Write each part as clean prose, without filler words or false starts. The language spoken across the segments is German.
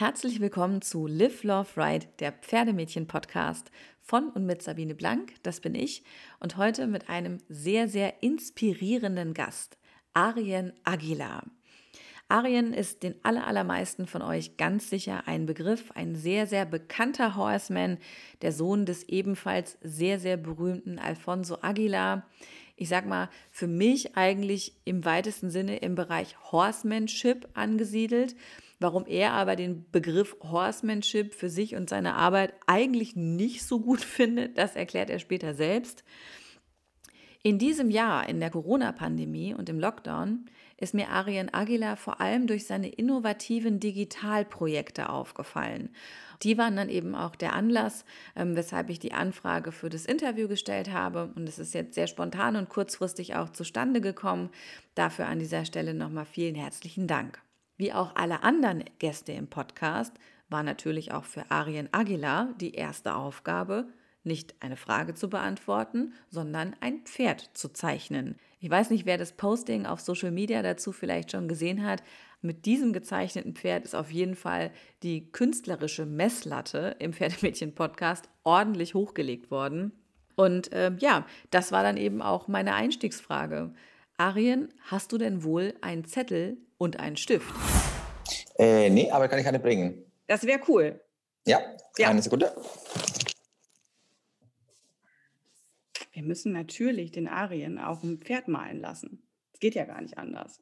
Herzlich willkommen zu Live, Love, Ride, der Pferdemädchen-Podcast von und mit Sabine Blank, das bin ich, und heute mit einem sehr, sehr inspirierenden Gast, Arjen Aguilar. Arjen ist den allermeisten von euch ganz sicher ein Begriff, ein sehr, sehr bekannter Horseman, der Sohn des ebenfalls sehr, sehr berühmten Alfonso Aguilar. Ich sag mal, für mich eigentlich im weitesten Sinne im Bereich Horsemanship angesiedelt. Warum er aber den Begriff Horsemanship für sich und seine Arbeit eigentlich nicht so gut findet, das erklärt er später selbst. In diesem Jahr, in der Corona-Pandemie und im Lockdown, ist mir Arjen Aguilar vor allem durch seine innovativen Digitalprojekte aufgefallen. Die waren dann eben auch der Anlass, weshalb ich die Anfrage für das Interview gestellt habe. Und es ist jetzt sehr spontan und kurzfristig auch zustande gekommen. Dafür an dieser Stelle nochmal vielen herzlichen Dank. Wie auch alle anderen Gäste im Podcast war natürlich auch für Arjen Aguilar die erste Aufgabe, nicht eine Frage zu beantworten, sondern ein Pferd zu zeichnen. Ich weiß nicht, wer das Posting auf Social Media dazu vielleicht schon gesehen hat. Mit diesem gezeichneten Pferd ist auf jeden Fall die künstlerische Messlatte im Pferdemädchen-Podcast ordentlich hochgelegt worden. Und das war dann eben auch meine Einstiegsfrage. Arjen, hast du denn wohl einen Zettel und einen Stift? Nee, aber kann ich eine bringen? Das wäre cool. Ja, eine Sekunde. Wir müssen natürlich den Arjen auch ein Pferd malen lassen. Es geht ja gar nicht anders.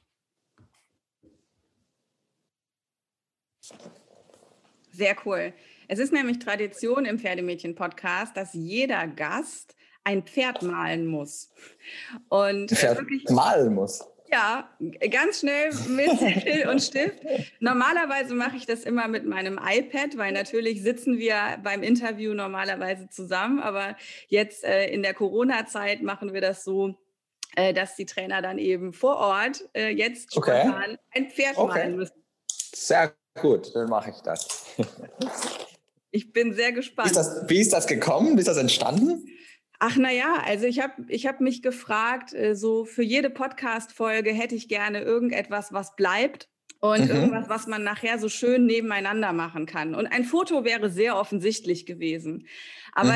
Sehr cool. Es ist nämlich Tradition im Pferdemädchen-Podcast, dass jeder Gast ein Pferd malen muss. Und wirklich malen muss? Ja, ganz schnell mit Zettel und Stift. Normalerweise mache ich das immer mit meinem iPad, weil natürlich sitzen wir beim Interview normalerweise zusammen. Aber jetzt in der Corona-Zeit machen wir das so, dass die Trainer dann eben vor Ort jetzt spontan ein Pferd malen müssen. Sehr gut, dann mache ich das. Ich bin sehr gespannt. Wie ist das gekommen? Wie ist das entstanden? Ach naja, also ich hab mich gefragt, so für jede Podcast-Folge hätte ich gerne irgendetwas, was bleibt und irgendwas, was man nachher so schön nebeneinander machen kann. Und ein Foto wäre sehr offensichtlich gewesen. Aber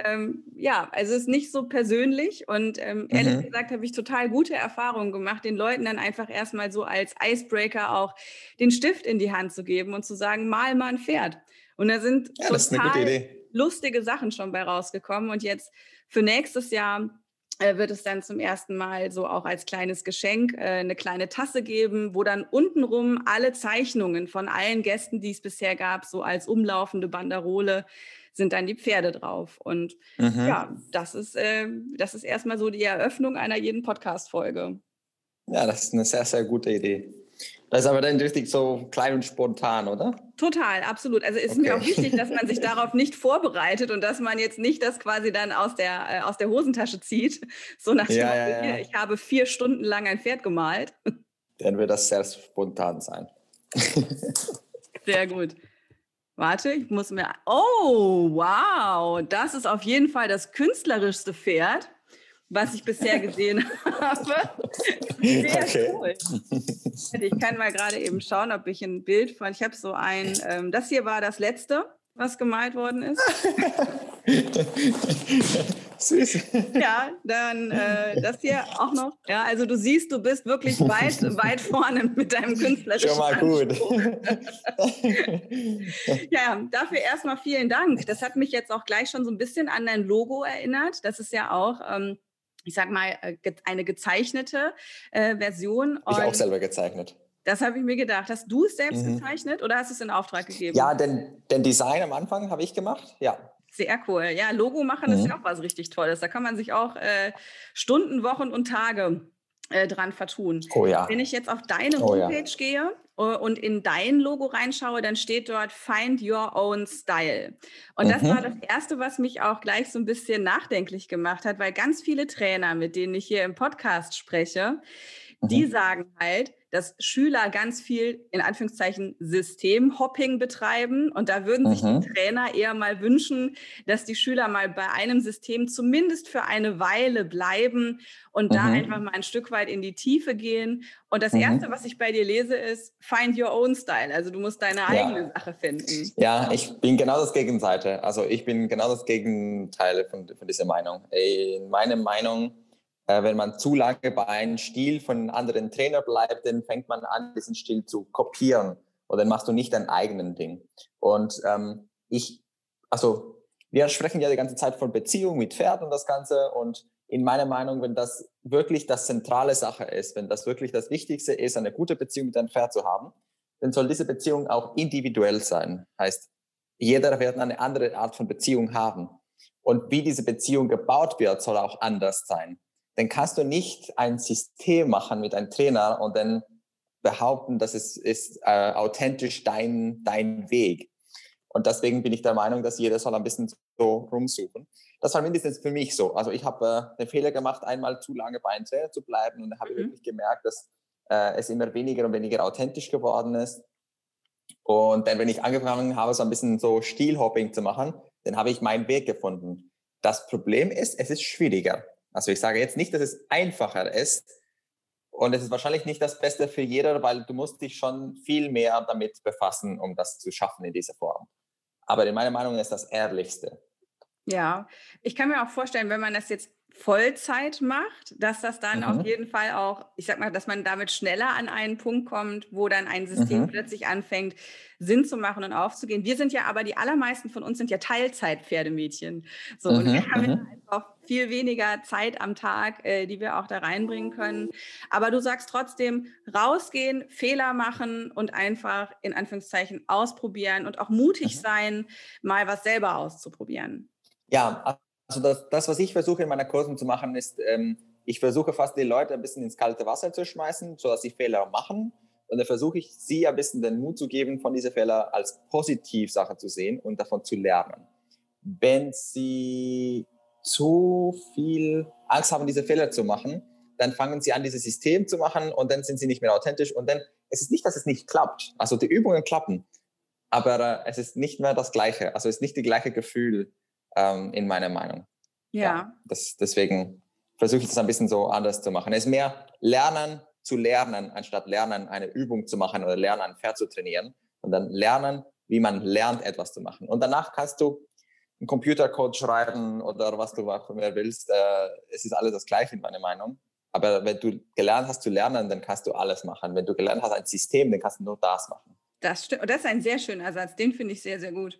es ist nicht so persönlich und ehrlich gesagt habe ich total gute Erfahrungen gemacht, den Leuten dann einfach erstmal so als Icebreaker auch den Stift in die Hand zu geben und zu sagen, mal ein Pferd. Und da sind total lustige Sachen schon bei rausgekommen und jetzt für nächstes Jahr wird es dann zum ersten Mal so auch als kleines Geschenk eine kleine Tasse geben, wo dann untenrum alle Zeichnungen von allen Gästen, die es bisher gab, so als umlaufende Banderole, sind dann die Pferde drauf. Und das ist erstmal so die Eröffnung einer jeden Podcast-Folge. Ja, das ist eine sehr, sehr gute Idee. Das ist aber dann richtig so klein und spontan, oder? Total, absolut. Also ist mir auch wichtig, dass man sich darauf nicht vorbereitet und dass man jetzt nicht das quasi dann aus der Hosentasche zieht. So nach dem Motto, ich habe 4 Stunden lang ein Pferd gemalt. Dann wird das sehr spontan sein. Sehr gut. Warte, ich muss mir... Oh, wow. Das ist auf jeden Fall das künstlerischste Pferd, was ich bisher gesehen habe. Sehr cool. Ich kann mal gerade eben schauen, ob ich ein Bild von... Ich habe so ein... das hier war das letzte, was gemalt worden ist. Süß. Ja, dann das hier auch noch. Ja, also du siehst, du bist wirklich weit vorne mit deinem künstlerischen Schon mal gut. Ja, dafür erstmal vielen Dank. Das hat mich jetzt auch gleich schon so ein bisschen an dein Logo erinnert. Das ist ja auch... ich sag mal, eine gezeichnete Version. Ich auch selber gezeichnet. Das habe ich mir gedacht. Hast du es selbst gezeichnet oder hast du es in Auftrag gegeben? Ja, den Design am Anfang habe ich gemacht, ja. Sehr cool. Ja, Logo machen ist ja auch was richtig Tolles. Da kann man sich auch Stunden, Wochen und Tage dran vertun. Oh ja. Wenn ich jetzt auf deine Homepage gehe und in dein Logo reinschaue, dann steht dort Find Your Own Style. Und das war das Erste, was mich auch gleich so ein bisschen nachdenklich gemacht hat, weil ganz viele Trainer, mit denen ich hier im Podcast spreche, die sagen halt, dass Schüler ganz viel, in Anführungszeichen, Systemhopping betreiben. Und da würden sich die Trainer eher mal wünschen, dass die Schüler mal bei einem System zumindest für eine Weile bleiben und da einfach mal ein Stück weit in die Tiefe gehen. Und das Erste, was ich bei dir lese, ist Find your own style. Also du musst deine eigene Sache finden. Ja, ich bin genau das Gegenseite. Also ich bin genau das Gegenteil von dieser Meinung. In meiner Meinung, wenn man zu lange bei einem Stil von einem anderen Trainer bleibt, dann fängt man an, diesen Stil zu kopieren. Und dann machst du nicht dein eigenes Ding. Und wir sprechen ja die ganze Zeit von Beziehung mit Pferd und das Ganze. Und in meiner Meinung, wenn das wirklich das zentrale Sache ist, wenn das wirklich das Wichtigste ist, eine gute Beziehung mit einem Pferd zu haben, dann soll diese Beziehung auch individuell sein. Heißt, jeder wird eine andere Art von Beziehung haben. Und wie diese Beziehung gebaut wird, soll auch anders sein. Dann kannst du nicht ein System machen mit einem Trainer und dann behaupten, dass es ist authentisch dein Weg. Und deswegen bin ich der Meinung, dass jeder soll ein bisschen so rumsuchen. Das war mindestens für mich so. Also ich habe den Fehler gemacht, einmal zu lange bei einem Trainer zu bleiben und dann habe ich wirklich gemerkt, dass es immer weniger und weniger authentisch geworden ist. Und dann, wenn ich angefangen habe, so ein bisschen so Stilhopping zu machen, dann habe ich meinen Weg gefunden. Das Problem ist, es ist schwieriger. Also ich sage jetzt nicht, dass es einfacher ist. Und es ist wahrscheinlich nicht das Beste für jeder, weil du musst dich schon viel mehr damit befassen, um das zu schaffen in dieser Form. Aber in meiner Meinung ist das Ehrlichste. Ja, ich kann mir auch vorstellen, wenn man das jetzt Vollzeit macht, dass das dann auf jeden Fall auch, ich sag mal, dass man damit schneller an einen Punkt kommt, wo dann ein System plötzlich anfängt, Sinn zu machen und aufzugehen. Wir sind ja aber, die allermeisten von uns sind ja Teilzeit-Pferdemädchen. So, und wir haben ja einfach viel weniger Zeit am Tag, die wir auch da reinbringen können. Aber du sagst trotzdem, rausgehen, Fehler machen und einfach in Anführungszeichen ausprobieren und auch mutig sein, mal was selber auszuprobieren. Ja, also das, was ich versuche in meiner Kursen zu machen, ist, ich versuche fast die Leute ein bisschen ins kalte Wasser zu schmeißen, sodass sie Fehler machen. Und dann versuche ich, sie ein bisschen den Mut zu geben, von diesen Fehlern als Positivsache zu sehen und davon zu lernen. Wenn sie zu viel Angst haben, diese Fehler zu machen, dann fangen sie an, dieses System zu machen und dann sind sie nicht mehr authentisch. Und dann, es ist nicht, dass es nicht klappt. Also die Übungen klappen, aber es ist nicht mehr das Gleiche. Also es ist nicht das gleiche Gefühl, in meiner Meinung. Ja. Deswegen versuche ich das ein bisschen so anders zu machen. Es ist mehr lernen zu lernen, anstatt lernen, eine Übung zu machen oder lernen, ein Pferd zu trainieren. Und dann lernen, wie man lernt, etwas zu machen. Und danach kannst du einen Computercode schreiben oder was du mehr willst. Es ist alles das Gleiche in meiner Meinung. Aber wenn du gelernt hast zu lernen, dann kannst du alles machen. Wenn du gelernt hast ein System, dann kannst du nur das machen. Das stimmt. Und das ist ein sehr schöner Satz. Den finde ich sehr, sehr gut.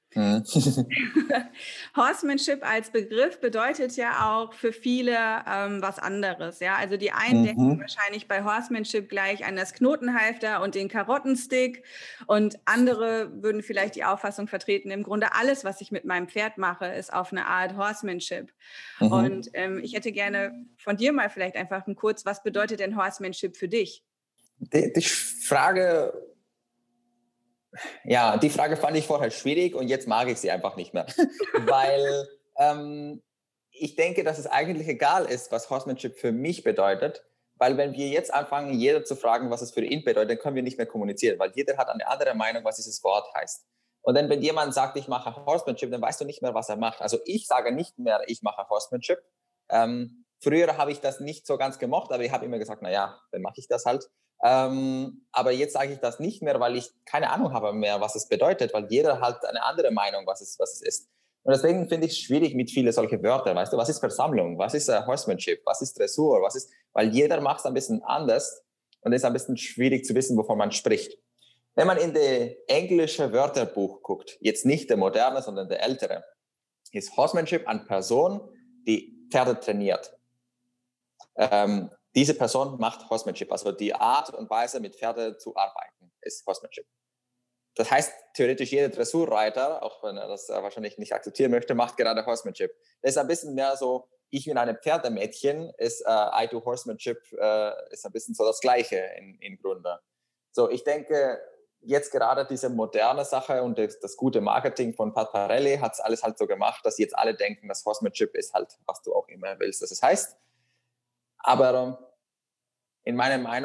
Horsemanship als Begriff bedeutet ja auch für viele was anderes. Ja? Also die einen denken wahrscheinlich bei Horsemanship gleich an das Knotenhalfter und den Karottenstick und andere würden vielleicht die Auffassung vertreten, im Grunde alles, was ich mit meinem Pferd mache, ist auf eine Art Horsemanship. Und ich hätte gerne von dir mal vielleicht einfach kurz, was bedeutet denn Horsemanship für dich? Die Frage... Ja, die Frage fand ich vorher schwierig und jetzt mag ich sie einfach nicht mehr, weil ich denke, dass es eigentlich egal ist, was Horsemanship für mich bedeutet, weil wenn wir jetzt anfangen, jeder zu fragen, was es für ihn bedeutet, dann können wir nicht mehr kommunizieren, weil jeder hat eine andere Meinung, was dieses Wort heißt. Und dann, wenn jemand sagt, ich mache Horsemanship, dann weißt du nicht mehr, was er macht. Also ich sage nicht mehr, ich mache Horsemanship. Früher habe ich das nicht so ganz gemocht, aber ich habe immer gesagt, naja, dann mache ich das halt. Aber jetzt sage ich das nicht mehr, weil ich keine Ahnung habe mehr, was es bedeutet, weil jeder hat eine andere Meinung, was es ist. Und deswegen finde ich es schwierig mit vielen solchen Wörtern. Weißt du, was ist Versammlung? Was ist Horsemanship? Was ist Dressur? Weil jeder macht es ein bisschen anders und es ist ein bisschen schwierig zu wissen, wovon man spricht. Wenn man in das englische Wörterbuch guckt, jetzt nicht der moderne, sondern der ältere, ist Horsemanship eine Person, die Pferde trainiert. Diese Person macht Horsemanship, also die Art und Weise, mit Pferden zu arbeiten, ist Horsemanship. Das heißt, theoretisch jeder Dressurreiter, auch wenn er das wahrscheinlich nicht akzeptieren möchte, macht gerade Horsemanship. Das ist ein bisschen mehr so, ich bin ein Pferdemädchen, ist I do Horsemanship, ist ein bisschen so das Gleiche im Grunde. So, ich denke, jetzt gerade diese moderne Sache und das gute Marketing von Pat Parelli hat es alles halt so gemacht, dass jetzt alle denken, dass Horsemanship ist halt, was du auch immer willst, dass es heißt. Aber in meiner Meinung,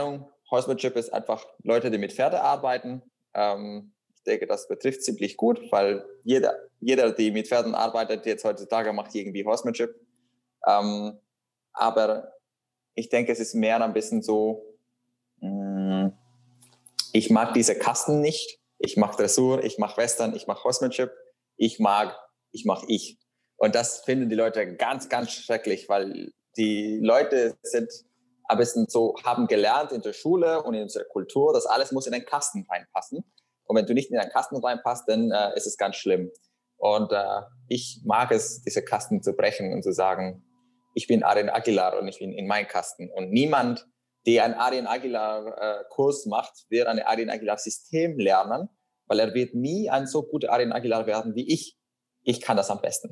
Horsemanship ist einfach Leute, die mit Pferde arbeiten. Ich denke, das betrifft ziemlich gut, weil jeder, der mit Pferden arbeitet, jetzt heutzutage macht irgendwie Horsemanship. Aber ich denke, es ist mehr ein bisschen so, ich mag diese Kasten nicht. Ich mag Dressur, ich mag Western, ich mag Horsemanship. Ich mag ich. Und das finden die Leute ganz, ganz schrecklich, weil die Leute sind ein bisschen so, haben gelernt in der Schule und in unserer Kultur, dass alles muss in einen Kasten reinpassen. Und wenn du nicht in einen Kasten reinpasst, dann ist es ganz schlimm. Und ich mag es, diese Kasten zu brechen und zu sagen, ich bin Arjen Aguilar und ich bin in meinem Kasten. Und niemand, der einen Arjen Aguilar Kurs macht, wird ein Arjen Aguilar System lernen, weil er wird nie ein so guter Arjen Aguilar werden wie ich. Ich kann das am besten.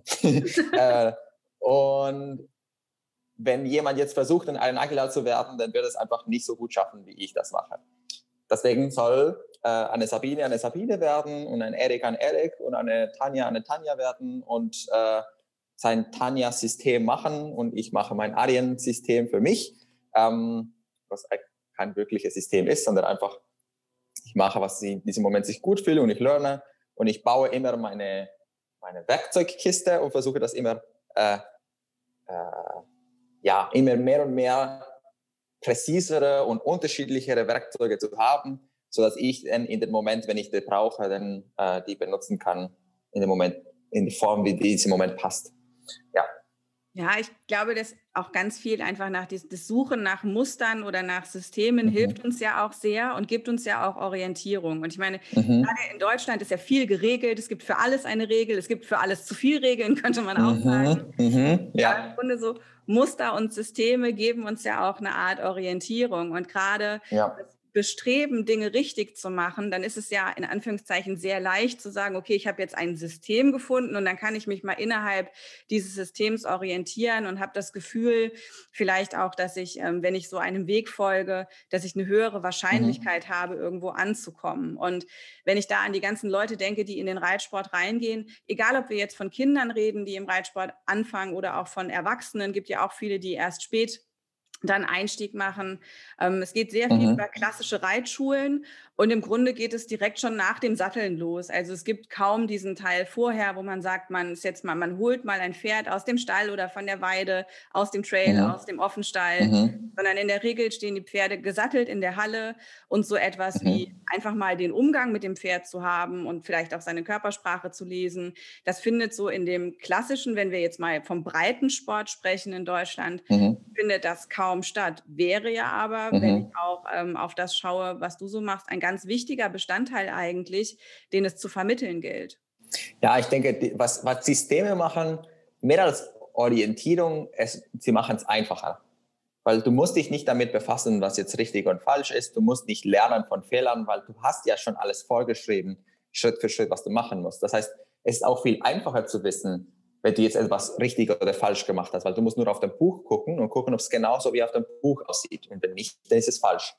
Und wenn jemand jetzt versucht, ein Arjen Aguilar zu werden, dann wird es einfach nicht so gut schaffen, wie ich das mache. Deswegen soll eine Sabine werden und ein Erik und eine Tanja werden und sein Tanja-System machen und ich mache mein Arjen-System für mich, was kein wirkliches System ist, sondern einfach, ich mache, was ich in diesem Moment sich gut fühle und ich lerne und ich baue immer meine Werkzeugkiste und versuche das immer immer mehr und mehr präzisere und unterschiedlichere Werkzeuge zu haben, sodass ich dann in dem Moment, wenn ich die brauche, dann die benutzen kann in dem Moment, in der Form, wie die in diesem Moment passt. Ja. Ja, ich glaube, dass auch ganz viel einfach das Suchen nach Mustern oder nach Systemen hilft uns ja auch sehr und gibt uns ja auch Orientierung. Und ich meine, gerade in Deutschland ist ja viel geregelt. Es gibt für alles eine Regel. Es gibt für alles zu viel Regeln, könnte man auch sagen. Ja. Aber im Grunde so Muster und Systeme geben uns ja auch eine Art Orientierung. Und gerade das Bestreben, Dinge richtig zu machen, dann ist es ja in Anführungszeichen sehr leicht zu sagen, okay, ich habe jetzt ein System gefunden und dann kann ich mich mal innerhalb dieses Systems orientieren und habe das Gefühl vielleicht auch, dass ich, wenn ich so einem Weg folge, dass ich eine höhere Wahrscheinlichkeit habe, irgendwo anzukommen. Und wenn ich da an die ganzen Leute denke, die in den Reitsport reingehen, egal ob wir jetzt von Kindern reden, die im Reitsport anfangen oder auch von Erwachsenen, gibt ja auch viele, die erst spät dann Einstieg machen. Es geht sehr viel über klassische Reitschulen und im Grunde geht es direkt schon nach dem Satteln los. Also es gibt kaum diesen Teil vorher, wo man sagt, man holt mal ein Pferd aus dem Stall oder von der Weide, aus dem Trail, aus dem Offenstall, sondern in der Regel stehen die Pferde gesattelt in der Halle und so etwas wie einfach mal den Umgang mit dem Pferd zu haben und vielleicht auch seine Körpersprache zu lesen. Das findet so in dem klassischen, wenn wir jetzt mal vom Breitensport sprechen in Deutschland, findet das kaum statt. Wäre ja aber, wenn ich auch auf das schaue, was du so machst, ein ganz wichtiger Bestandteil eigentlich, den es zu vermitteln gilt. Ja, ich denke, was Systeme machen, mehr als Orientierung, sie machen es einfacher. Weil du musst dich nicht damit befassen, was jetzt richtig und falsch ist. Du musst nicht lernen von Fehlern, weil du hast ja schon alles vorgeschrieben, Schritt für Schritt, was du machen musst. Das heißt, es ist auch viel einfacher zu wissen, wenn du jetzt etwas richtig oder falsch gemacht hast, weil du musst nur auf dem Buch gucken und gucken, ob es genauso wie auf dem Buch aussieht. Und wenn nicht, dann ist es falsch.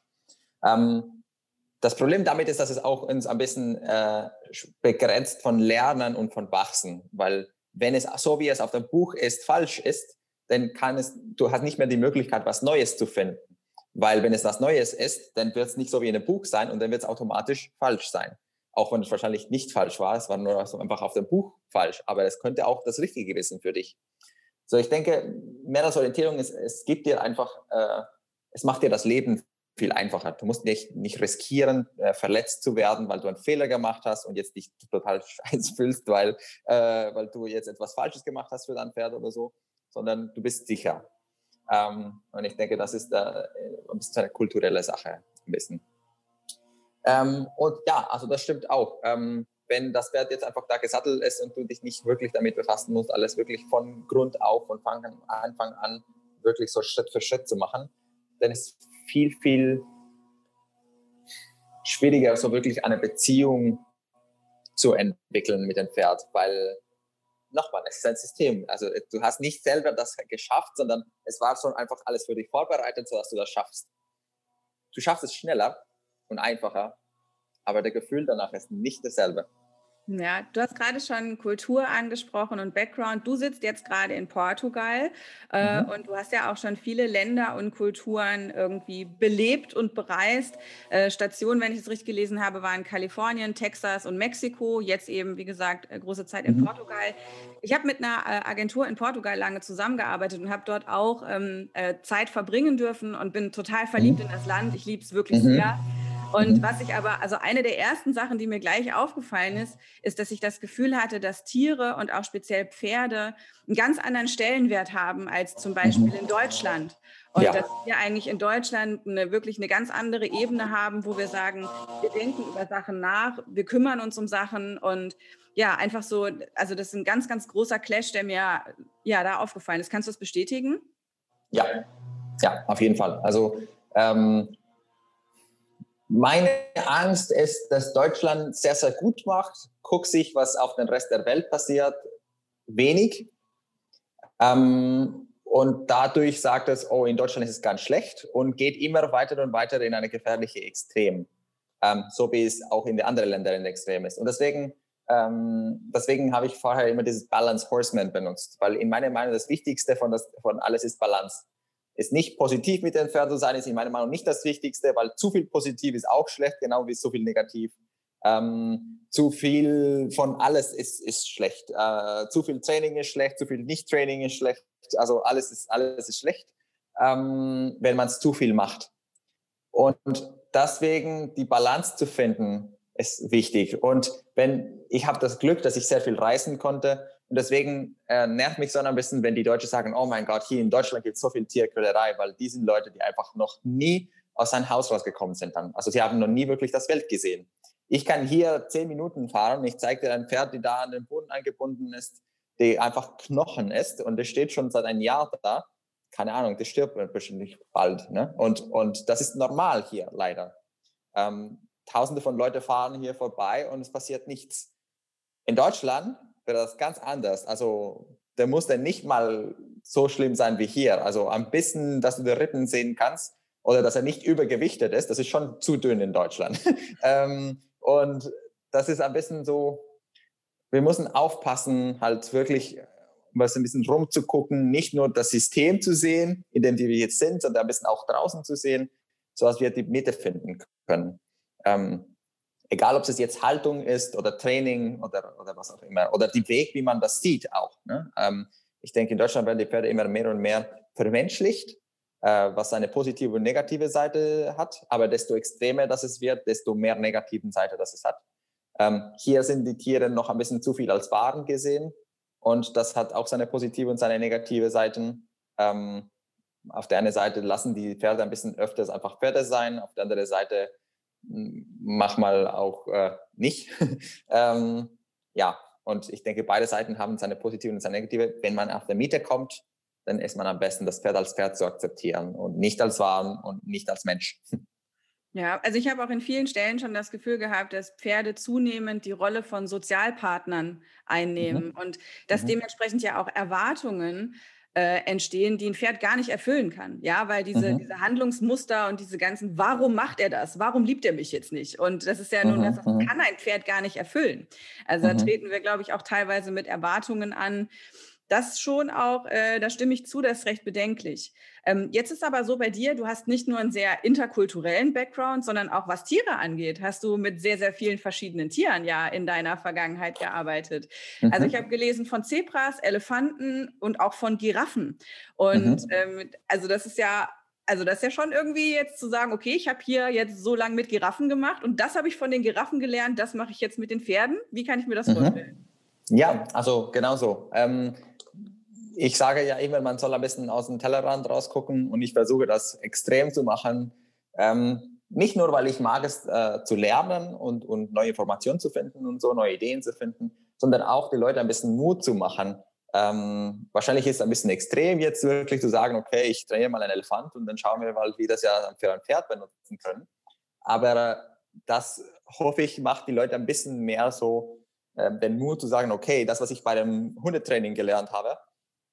Das Problem damit ist, dass es auch uns ein bisschen begrenzt von Lernen und von Wachsen, weil wenn es so, wie es auf dem Buch ist, falsch ist, dann du hast nicht mehr die Möglichkeit, was Neues zu finden. Weil wenn es was Neues ist, dann wird es nicht so wie in einem Buch sein und dann wird es automatisch falsch sein. Auch wenn es wahrscheinlich nicht falsch war, es war nur so einfach auf dem Buch falsch, aber es könnte auch das Richtige gewesen für dich. So, ich denke, mehr als Orientierung es gibt dir einfach, es macht dir das Leben viel einfacher. Du musst nicht riskieren, verletzt zu werden, weil du einen Fehler gemacht hast und jetzt dich total scheiße fühlst, weil du jetzt etwas Falsches gemacht hast für dein Pferd oder so, sondern du bist sicher. Und ich denke, das ist eine kulturelle Sache ein bisschen. Und ja, also das stimmt auch. Wenn das Pferd jetzt einfach da gesattelt ist und du dich nicht wirklich damit befassen musst, alles wirklich von Grund auf, von Anfang an wirklich so Schritt für Schritt zu machen, dann ist viel, viel schwieriger, so wirklich eine Beziehung zu entwickeln mit dem Pferd, weil nochmal, es ist ein System. Also du hast nicht selber das geschafft, sondern es war schon einfach alles für dich vorbereitet, sodass du das schaffst. Du schaffst es schneller und einfacher, aber der Gefühl danach ist nicht dasselbe. Ja, du hast gerade schon Kultur angesprochen und Background. Du sitzt jetzt gerade in Portugal Mhm. und du hast ja auch schon viele Länder und Kulturen irgendwie belebt und bereist. Stationen, wenn ich es richtig gelesen habe, waren Kalifornien, Texas und Mexiko. Jetzt eben, wie gesagt, große Zeit in Mhm. Portugal. Ich habe mit einer Agentur in Portugal lange zusammengearbeitet und habe dort auch Zeit verbringen dürfen und bin total verliebt in Mhm. das Land. Ich liebe es wirklich sehr. Mhm. Und Mhm. was ich aber, also eine der ersten Sachen, die mir gleich aufgefallen ist, dass ich das Gefühl hatte, dass Tiere und auch speziell Pferde einen ganz anderen Stellenwert haben als zum Mhm. Beispiel in Deutschland. Und Ja. dass wir eigentlich in Deutschland wirklich eine ganz andere Ebene haben, wo wir sagen, wir denken über Sachen nach, wir kümmern uns um Sachen und ja, einfach so, also das ist ein ganz, ganz großer Clash, der mir ja da aufgefallen ist. Kannst du das bestätigen? Ja, ja, auf jeden Fall. Also meine Angst ist, dass Deutschland sehr, sehr gut macht, guckt sich, was auf dem Rest der Welt passiert, wenig. Und dadurch sagt es, oh, in Deutschland ist es ganz schlecht und geht immer weiter und weiter in eine gefährliche Extrem. So wie es auch in den anderen Ländern extrem ist. Und deswegen habe ich vorher immer dieses Balance Horseman benutzt, weil in meiner Meinung das Wichtigste von alles ist Balance. Ist nicht positiv mit dem Pferd zu sein, ist in meiner Meinung nicht das Wichtigste, weil zu viel positiv ist auch schlecht, genau wie zu viel negativ. Zu viel von alles ist schlecht. Zu viel Training ist schlecht, zu viel Nicht-Training ist schlecht. Also alles ist schlecht, wenn man es zu viel macht. Und deswegen die Balance zu finden, ist wichtig. Und ich habe das Glück, dass ich sehr viel reisen konnte. Und deswegen nervt mich so ein bisschen, wenn die Deutschen sagen, oh mein Gott, hier in Deutschland gibt es so viel Tierquälerei, weil die sind Leute, die einfach noch nie aus seinem Haus rausgekommen sind dann. Also sie haben noch nie wirklich das Welt gesehen. Ich kann hier 10 Minuten fahren, ich zeige dir ein Pferd, die da an den Boden eingebunden ist, die einfach Knochen ist und das steht schon seit einem Jahr da. Keine Ahnung, das stirbt bestimmt nicht bald. Ne? Und das ist normal hier leider. Tausende von Leuten fahren hier vorbei und es passiert nichts. In Deutschland wäre das ganz anders. Also der muss dann nicht mal so schlimm sein wie hier. Also ein bisschen, dass du die Rippen sehen kannst oder dass er nicht übergewichtet ist, das ist schon zu dünn in Deutschland. Und das ist ein bisschen so, wir müssen aufpassen, halt wirklich was ein bisschen rumzugucken, nicht nur das System zu sehen, in dem wir jetzt sind, sondern ein bisschen auch draußen zu sehen, sodass wir die Mitte finden können. Egal, ob es jetzt Haltung ist oder Training oder was auch immer, oder die Weg, wie man das sieht auch. Ne? Ich denke, in Deutschland werden die Pferde immer mehr und mehr vermenschlicht, was eine positive und negative Seite hat, aber desto extremer das es wird, desto mehr negativen Seite das es hat. Hier sind die Tiere noch ein bisschen zu viel als Waren gesehen und das hat auch seine positive und seine negative Seiten. Auf der einen Seite lassen die Pferde ein bisschen öfters einfach Pferde sein, auf der anderen Seite manchmal auch nicht. Ja, und ich denke, beide Seiten haben seine positive und seine negative. Wenn man auf der Miete kommt, dann ist man am besten, das Pferd als Pferd zu akzeptieren und nicht als Waren und nicht als Mensch. Ja, also ich habe auch in vielen Stellen schon das Gefühl gehabt, dass Pferde zunehmend die Rolle von Sozialpartnern einnehmen Mhm. und dass Mhm. dementsprechend ja auch Erwartungen entstehen, die ein Pferd gar nicht erfüllen kann. Ja, weil diese Mhm. Handlungsmuster und diese ganzen, warum macht er das? Warum liebt er mich jetzt nicht? Und das ist ja nun, das Mhm. kann ein Pferd gar nicht erfüllen. Also da Mhm. treten wir, glaube ich, auch teilweise mit Erwartungen an. Das schon auch, da stimme ich zu, das ist recht bedenklich. Jetzt ist aber so bei dir, du hast nicht nur einen sehr interkulturellen Background, sondern auch was Tiere angeht, hast du mit sehr, sehr vielen verschiedenen Tieren ja in deiner Vergangenheit gearbeitet. Also ich habe Mhm. gelesen von Zebras, Elefanten und auch von Giraffen. Und Mhm. also das ist ja schon irgendwie jetzt zu sagen, okay, ich habe hier jetzt so lange mit Giraffen gemacht und das habe ich von den Giraffen gelernt, das mache ich jetzt mit den Pferden. Wie kann ich mir das vorstellen? Mhm. Ja, also genau so. Ich sage ja immer, man soll ein bisschen aus dem Tellerrand rausgucken und ich versuche das extrem zu machen. Nicht nur, weil ich mag es zu lernen und neue Informationen zu finden und so, neue Ideen zu finden, sondern auch die Leute ein bisschen Mut zu machen. Wahrscheinlich ist es ein bisschen extrem jetzt wirklich zu sagen, okay, ich trainiere mal einen Elefant und dann schauen wir mal, wie das ja für ein Pferd benutzen können. Aber das, hoffe ich, macht die Leute ein bisschen mehr so den Mut zu sagen, okay, das, was ich bei dem Hundetraining gelernt habe,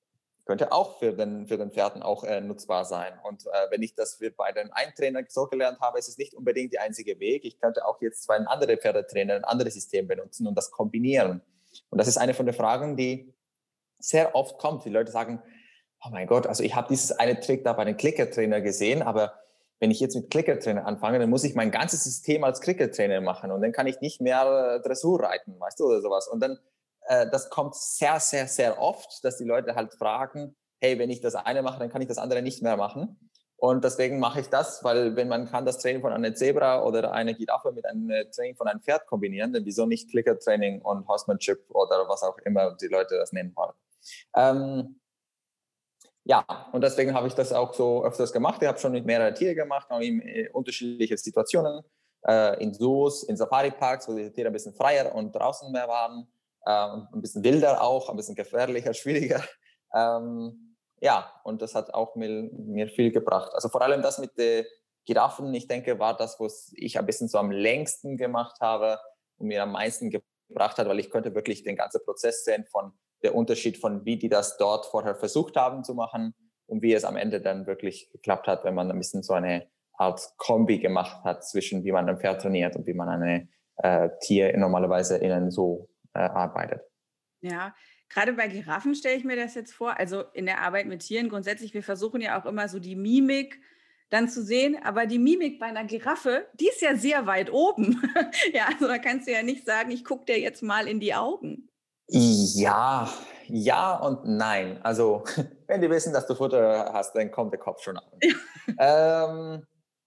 könnte auch für den Pferden auch nutzbar sein. Und wenn ich das bei den einen Trainer so gelernt habe, ist es nicht unbedingt der einzige Weg. Ich könnte auch jetzt zwei andere Pferdetrainer ein anderes System benutzen und das kombinieren. Und das ist eine von den Fragen, die sehr oft kommt. Die Leute sagen, oh mein Gott, also ich habe dieses eine Trick da bei den Clicker-Trainer gesehen, aber wenn ich jetzt mit Clicker-Trainer anfange, dann muss ich mein ganzes System als Clicker-Trainer machen und dann kann ich nicht mehr Dressur reiten, weißt du, oder sowas. Und dann, das kommt sehr, sehr, sehr oft, dass die Leute halt fragen, hey, wenn ich das eine mache, dann kann ich das andere nicht mehr machen. Und deswegen mache ich das, weil wenn man kann das Training von einer Zebra oder einer Giraffe mit einem Training von einem Pferd kombinieren, dann wieso nicht Clicker-Training und Horsemanship oder was auch immer die Leute das nennen wollen. Ja, und deswegen habe ich das auch so öfters gemacht. Ich habe schon mit mehreren Tieren gemacht, auch in unterschiedliche Situationen, in Zoos, in Safari-Parks, wo die Tiere ein bisschen freier und draußen mehr waren, ein bisschen wilder auch, ein bisschen gefährlicher, schwieriger. Ja, und das hat auch mir viel gebracht. Also vor allem das mit den Giraffen, ich denke, war das, was ich ein bisschen so am längsten gemacht habe und mir am meisten gebracht hat, weil ich konnte wirklich den ganzen Prozess sehen von der Unterschied von, wie die das dort vorher versucht haben zu machen und wie es am Ende dann wirklich geklappt hat, wenn man ein bisschen so eine Art Kombi gemacht hat zwischen wie man ein Pferd trainiert und wie man eine Tier normalerweise in einem Zoo arbeitet. Ja, gerade bei Giraffen stelle ich mir das jetzt vor, also in der Arbeit mit Tieren grundsätzlich, wir versuchen ja auch immer so die Mimik dann zu sehen, aber die Mimik bei einer Giraffe, die ist ja sehr weit oben. Ja, also da kannst du ja nicht sagen, ich gucke dir jetzt mal in die Augen. Ja, ja und nein. Also, wenn die wissen, dass du Futter hast, dann kommt der Kopf schon an.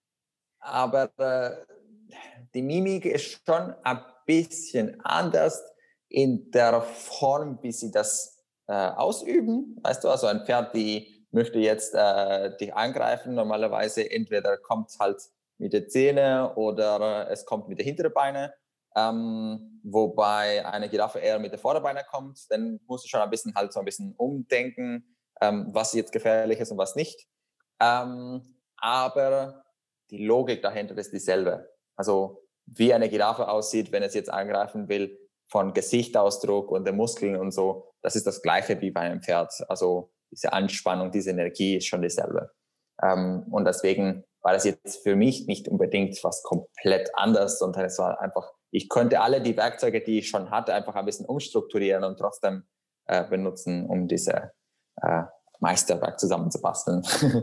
Aber die Mimik ist schon ein bisschen anders in der Form, wie sie das ausüben. Weißt du, also ein Pferd, die möchte jetzt dich angreifen. Normalerweise entweder kommt es halt mit den Zähnen oder es kommt mit den hinteren Beinen. Wobei eine Giraffe eher mit den Vorderbeinen kommt, dann musst du schon ein bisschen umdenken, was jetzt gefährlich ist und was nicht. Aber die Logik dahinter ist dieselbe. Also wie eine Giraffe aussieht, wenn es jetzt angreifen will, von Gesichtsausdruck und den Muskeln und so, das ist das Gleiche wie bei einem Pferd. Also diese Anspannung, diese Energie ist schon dieselbe. Und deswegen war das jetzt für mich nicht unbedingt was komplett anderes, sondern es war einfach, ich konnte alle die Werkzeuge, die ich schon hatte, einfach ein bisschen umstrukturieren und trotzdem benutzen, um diese Meisterwerk zusammenzubasteln.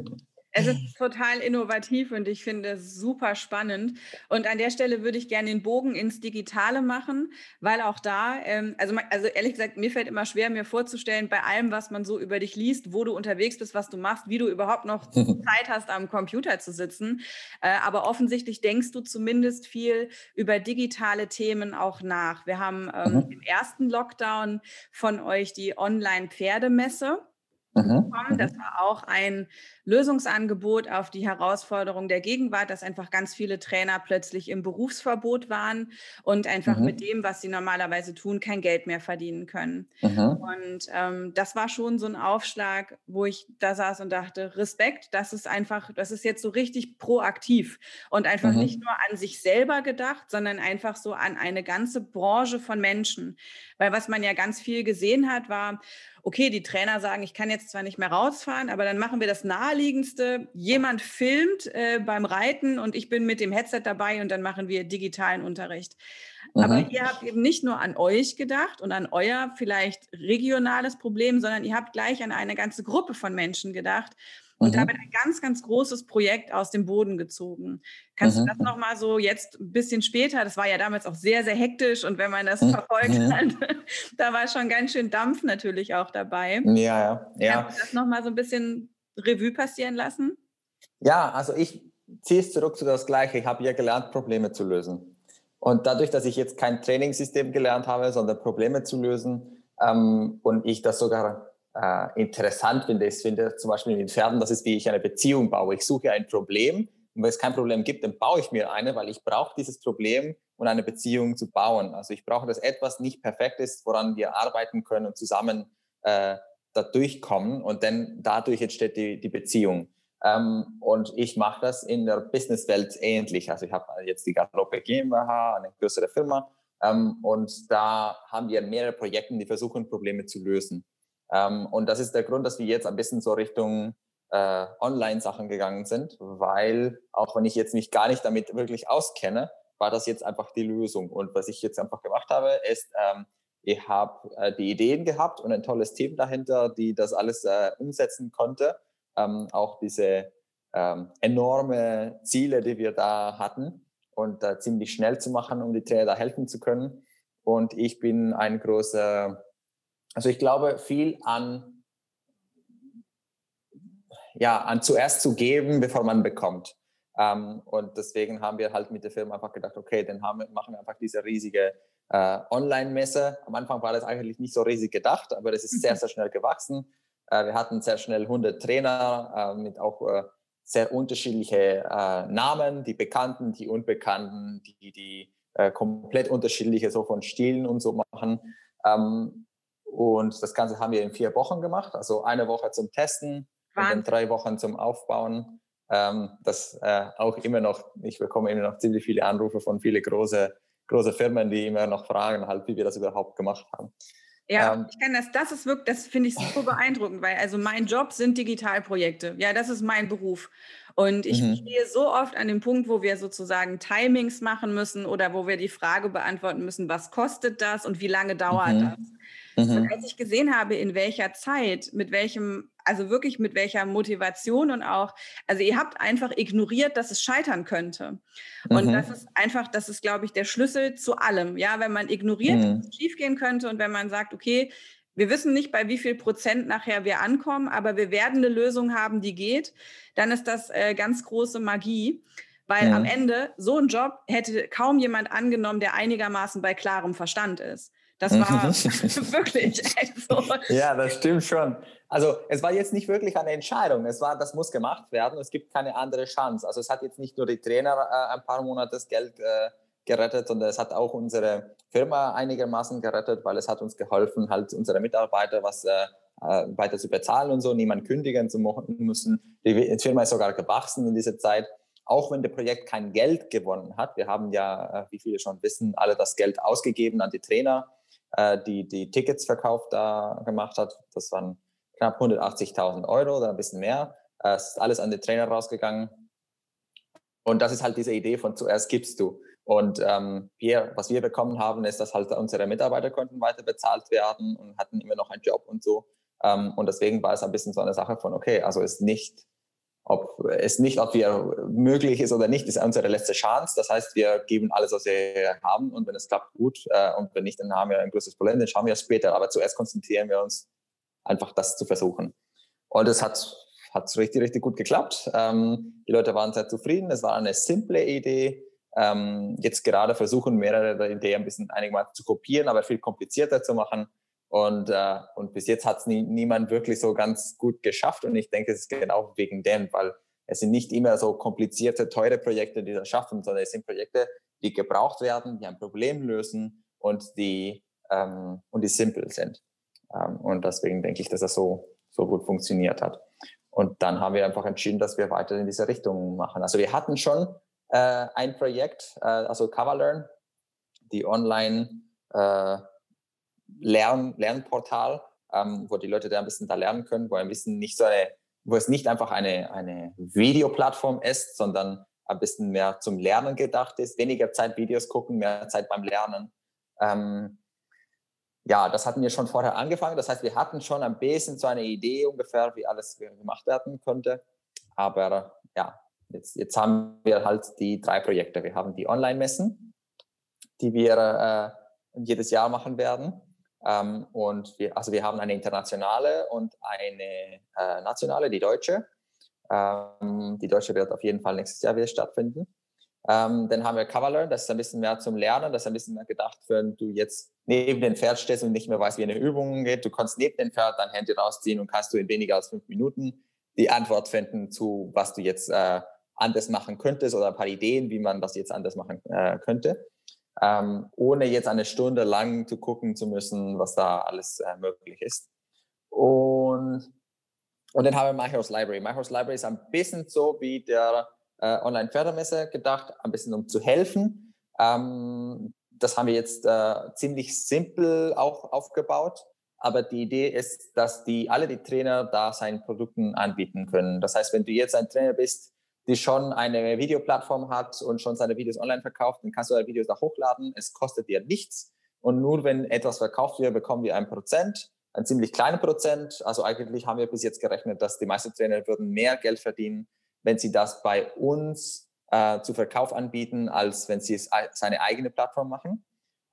Es ist total innovativ und ich finde es super spannend. Und an der Stelle würde ich gerne den Bogen ins Digitale machen, weil auch da, also ehrlich gesagt, mir fällt immer schwer, mir vorzustellen, bei allem, was man so über dich liest, wo du unterwegs bist, was du machst, wie du überhaupt noch Zeit hast, am Computer zu sitzen. Aber offensichtlich denkst du zumindest viel über digitale Themen auch nach. Wir haben im ersten Lockdown von euch die Online-Pferdemesse bekommen. Das war auch ein Lösungsangebot auf die Herausforderung der Gegenwart, dass einfach ganz viele Trainer plötzlich im Berufsverbot waren und einfach mit dem, was sie normalerweise tun, kein Geld mehr verdienen können. Und das war schon so ein Aufschlag, wo ich da saß und dachte, Respekt, das ist jetzt so richtig proaktiv und einfach nicht nur an sich selber gedacht, sondern einfach so an eine ganze Branche von Menschen. Weil was man ja ganz viel gesehen hat, war, okay, die Trainer sagen, ich kann jetzt zwar nicht mehr rausfahren, aber dann machen wir das Naheliegendste. Jemand filmt beim Reiten und ich bin mit dem Headset dabei und dann machen wir digitalen Unterricht. Aber ihr habt eben nicht nur an euch gedacht und an euer vielleicht regionales Problem, sondern ihr habt gleich an eine ganze Gruppe von Menschen gedacht und damit ein ganz, ganz großes Projekt aus dem Boden gezogen. Kannst du das nochmal so jetzt ein bisschen später, das war ja damals auch sehr, sehr hektisch und wenn man das verfolgt hat, da war schon ganz schön Dampf natürlich auch dabei. Ja. Kannst du das nochmal so ein bisschen Revue passieren lassen? Ja, also ich ziehe es zurück zu das Gleiche. Ich habe ja gelernt, Probleme zu lösen. Und dadurch, dass ich jetzt kein Trainingssystem gelernt habe, sondern Probleme zu lösen und ich das sogar interessant finde, ich finde zum Beispiel mit Pferden, das ist, wie ich eine Beziehung baue. Ich suche ein Problem und wenn es kein Problem gibt, dann baue ich mir eine, weil ich brauche dieses Problem, um eine Beziehung zu bauen. Also ich brauche, dass etwas nicht perfekt ist, woran wir arbeiten können und zusammen da durchkommen und dann dadurch entsteht die Beziehung. Und ich mache das in der Businesswelt ähnlich. Also ich habe jetzt die Galoppe GmbH, eine größere Firma, und da haben wir mehrere Projekte, die versuchen, Probleme zu lösen. Und das ist der Grund, dass wir jetzt ein bisschen so Richtung Online-Sachen gegangen sind, weil auch wenn ich jetzt mich gar nicht damit wirklich auskenne, war das jetzt einfach die Lösung. Und was ich jetzt einfach gemacht habe, ist, ich habe die Ideen gehabt und ein tolles Team dahinter, die das alles umsetzen konnte. Auch diese enorme Ziele, die wir da hatten und ziemlich schnell zu machen, um die Trainer da helfen zu können. Und ich bin ein großer, also ich glaube viel an zuerst zu geben, bevor man bekommt. Und deswegen haben wir halt mit der Firma einfach gedacht, okay, dann machen wir einfach diese riesige Online-Messe. Am Anfang war das eigentlich nicht so riesig gedacht, aber das ist sehr, sehr schnell gewachsen. Wir hatten sehr schnell 100 Trainer mit auch sehr unterschiedliche Namen, die Bekannten, die Unbekannten, die komplett unterschiedliche so von Stilen und so machen. Und das Ganze haben wir in 4 Wochen gemacht, also eine Woche zum Testen, und dann 3 Wochen zum Aufbauen. Das auch immer noch, ich bekomme immer noch ziemlich viele Anrufe von vielen große Firmen, die immer noch fragen, halt, wie wir das überhaupt gemacht haben. Ja, ich kann das ist wirklich, das finde ich super beeindruckend, weil also mein Job sind Digitalprojekte. Ja, das ist mein Beruf. Und ich stehe so oft an dem Punkt, wo wir sozusagen Timings machen müssen oder wo wir die Frage beantworten müssen, was kostet das und wie lange dauert das? Und als ich gesehen habe, in welcher Zeit, mit welcher Motivation und auch, also ihr habt einfach ignoriert, dass es scheitern könnte. Und das ist, glaube ich, der Schlüssel zu allem. Ja, wenn man ignoriert, dass es schiefgehen könnte und wenn man sagt, okay, wir wissen nicht, bei wie viel Prozent nachher wir ankommen, aber wir werden eine Lösung haben, die geht, dann ist das ganz große Magie. Weil am Ende so einen Job hätte kaum jemand angenommen, der einigermaßen bei klarem Verstand ist. Das war wirklich so. Ja, das stimmt schon. Also es war jetzt nicht wirklich eine Entscheidung. Das muss gemacht werden. Es gibt keine andere Chance. Also es hat jetzt nicht nur die Trainer ein paar Monate das Geld gerettet, sondern es hat auch unsere Firma einigermaßen gerettet, weil es hat uns geholfen, halt unsere Mitarbeiter was weiter zu bezahlen und so, niemand kündigen zu müssen. Die Firma ist sogar gewachsen in dieser Zeit. Auch wenn das Projekt kein Geld gewonnen hat. Wir haben ja, wie viele schon wissen, alle das Geld ausgegeben an die Trainer, die Tickets verkauft gemacht hat. Das waren knapp 180.000 Euro oder ein bisschen mehr. Es ist alles an die Trainer rausgegangen. Und das ist halt diese Idee von zuerst gibst du. Und was wir bekommen haben, ist, dass halt unsere Mitarbeiter konnten weiter bezahlt werden und hatten immer noch einen Job und so. Und deswegen war es ein bisschen so eine Sache von, okay, also ob wir möglich ist oder nicht, ist unsere letzte Chance. Das heißt, wir geben alles, was wir haben, und wenn es klappt, gut, und wenn nicht, dann haben wir ein größeres Problem, dann schauen wir es später. Aber zuerst konzentrieren wir uns einfach, das zu versuchen. Und es hat richtig, richtig gut geklappt. Die Leute waren sehr zufrieden. Es war eine simple Idee. Jetzt gerade versuchen mehrere Ideen ein bisschen einigermaßen zu kopieren, aber viel komplizierter zu machen. Und bis jetzt hat es niemand wirklich so ganz gut geschafft. Und ich denke, es ist genau wegen dem, weil es sind nicht immer so komplizierte, teure Projekte, die das schaffen, sondern es sind Projekte, die gebraucht werden, die ein Problem lösen und die simpel sind. Und deswegen denke ich, dass das so gut funktioniert hat. Und dann haben wir einfach entschieden, dass wir weiter in diese Richtung machen. Also wir hatten schon ein Projekt, also CoverLearn, die Online Lernportal, wo die Leute da ein bisschen da lernen können, wo es nicht einfach eine Videoplattform ist, sondern ein bisschen mehr zum Lernen gedacht ist, weniger Zeit Videos gucken, mehr Zeit beim Lernen. Das hatten wir schon vorher angefangen. Das heißt, wir hatten schon ein bisschen so eine Idee ungefähr, wie alles gemacht werden könnte. Aber ja, jetzt haben wir halt die 3 Projekte. Wir haben die Online-Messen, die wir jedes Jahr machen werden. Und wir haben eine internationale und eine nationale, die deutsche. Die deutsche wird auf jeden Fall nächstes Jahr wieder stattfinden. Dann haben wir CoverLearn, das ist ein bisschen mehr zum Lernen, das ist ein bisschen mehr gedacht, wenn du jetzt neben dem Pferd stehst und nicht mehr weißt, wie eine Übung geht. Du kannst neben dem Pferd dein Handy rausziehen und kannst du in weniger als 5 Minuten die Antwort finden zu, was du jetzt anders machen könntest oder ein paar Ideen, wie man das jetzt anders machen könnte. Ohne jetzt eine Stunde lang zu gucken zu müssen, was da alles möglich ist. Und dann haben wir MyHeroes Library. MyHeroes Library ist ein bisschen so wie der Online-Pferdemesse gedacht, ein bisschen um zu helfen. Das haben wir jetzt ziemlich simpel auch aufgebaut. aber die Idee ist, dass alle die Trainer da seine Produkte anbieten können. Das heißt, wenn du jetzt ein Trainer bist, die schon eine Videoplattform hat und schon seine Videos online verkauft, dann kannst du deine Videos da hochladen. Es kostet dir nichts. Und nur wenn etwas verkauft wird, bekommen wir 1%, ein ziemlich kleiner Prozent. Also eigentlich haben wir bis jetzt gerechnet, dass die meisten Trainer würden mehr Geld verdienen, wenn sie das bei uns zu Verkauf anbieten, als wenn sie seine eigene Plattform machen.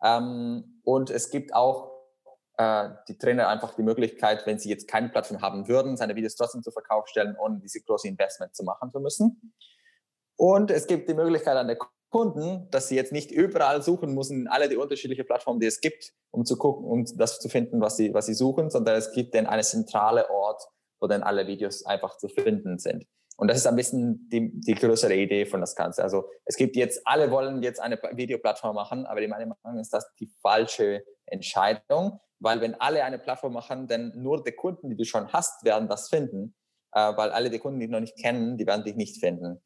Und es gibt auch die Trainer einfach die Möglichkeit, wenn sie jetzt keine Plattform haben würden, seine Videos trotzdem zu Verkauf stellen, ohne diese große Investment zu machen zu müssen. Und es gibt die Möglichkeit an der Kunden, dass sie jetzt nicht überall suchen müssen, alle die unterschiedlichen Plattformen, die es gibt, um zu gucken, um das zu finden, was sie suchen, sondern es gibt dann eine zentrale Ort, wo dann alle Videos einfach zu finden sind. Und das ist ein bisschen die größere Idee von das Ganze. Also es gibt jetzt, alle wollen jetzt eine Videoplattform machen, aber in meiner Meinung ist das die falsche Entscheidung, weil wenn alle eine Plattform machen, dann nur die Kunden, die du schon hast, werden das finden, weil alle die Kunden, die du noch nicht kennen, die werden dich nicht finden.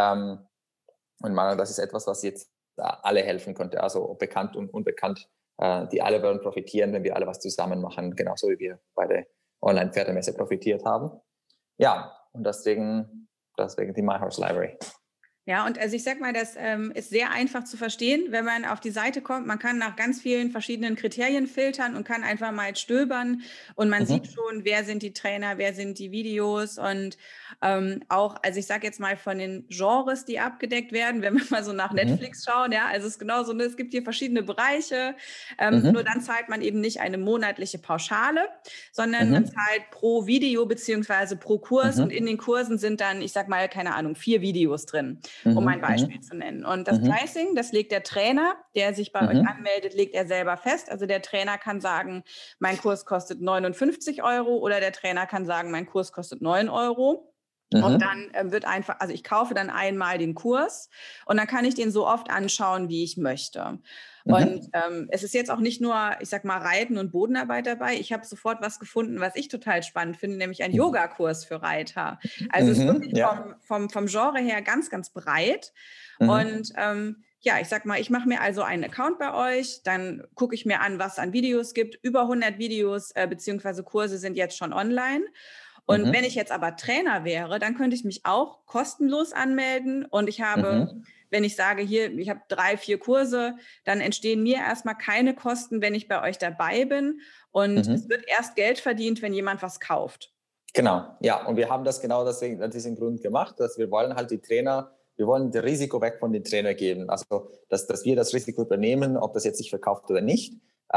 Und das ist etwas, was jetzt alle helfen könnte, also bekannt und unbekannt, die alle werden profitieren, wenn wir alle was zusammen machen, genauso wie wir bei der Online-Pferdemesse profitiert haben. Ja, und deswegen die MyHorse Library. Ja, und also ich sag mal, das ist sehr einfach zu verstehen, wenn man auf die Seite kommt. Man kann nach ganz vielen verschiedenen Kriterien filtern und kann einfach mal stöbern und man sieht schon, wer sind die Trainer, wer sind die Videos und auch, also ich sag jetzt mal von den Genres, die abgedeckt werden, wenn wir mal so nach Netflix schauen, ja, also es ist genauso, ne, es gibt hier verschiedene Bereiche, nur dann zahlt man eben nicht eine monatliche Pauschale, sondern man zahlt pro Video beziehungsweise pro Kurs und in den Kursen sind dann, ich sag mal, keine Ahnung, 4 Videos drin. Um ein Beispiel zu nennen. Und das Pricing, das legt der Trainer, der sich bei euch anmeldet, legt er selber fest. Also der Trainer kann sagen, mein Kurs kostet 59 € oder der Trainer kann sagen, mein Kurs kostet 9 €. Und dann wird einfach, also ich kaufe dann einmal den Kurs und dann kann ich den so oft anschauen, wie ich möchte. Und es ist jetzt auch nicht nur, ich sag mal, Reiten und Bodenarbeit dabei. Ich habe sofort was gefunden, was ich total spannend finde, nämlich ein Yogakurs für Reiter. Also es ist wirklich vom Genre her ganz, ganz breit. Und ja, ich sag mal, ich mache mir also einen Account bei euch, dann gucke ich mir an, was es an Videos gibt. Über 100 Videos beziehungsweise Kurse sind jetzt schon online. Und wenn ich jetzt aber Trainer wäre, dann könnte ich mich auch kostenlos anmelden und ich habe, wenn ich sage, hier, ich habe 3, 4 Kurse, dann entstehen mir erstmal keine Kosten, wenn ich bei euch dabei bin und es wird erst Geld verdient, wenn jemand was kauft. Genau, ja, und wir haben das genau deswegen, aus diesem Grund gemacht, dass wir wollen halt wir wollen das Risiko weg von den Trainern geben, also dass wir das Risiko übernehmen, ob das jetzt sich verkauft oder nicht.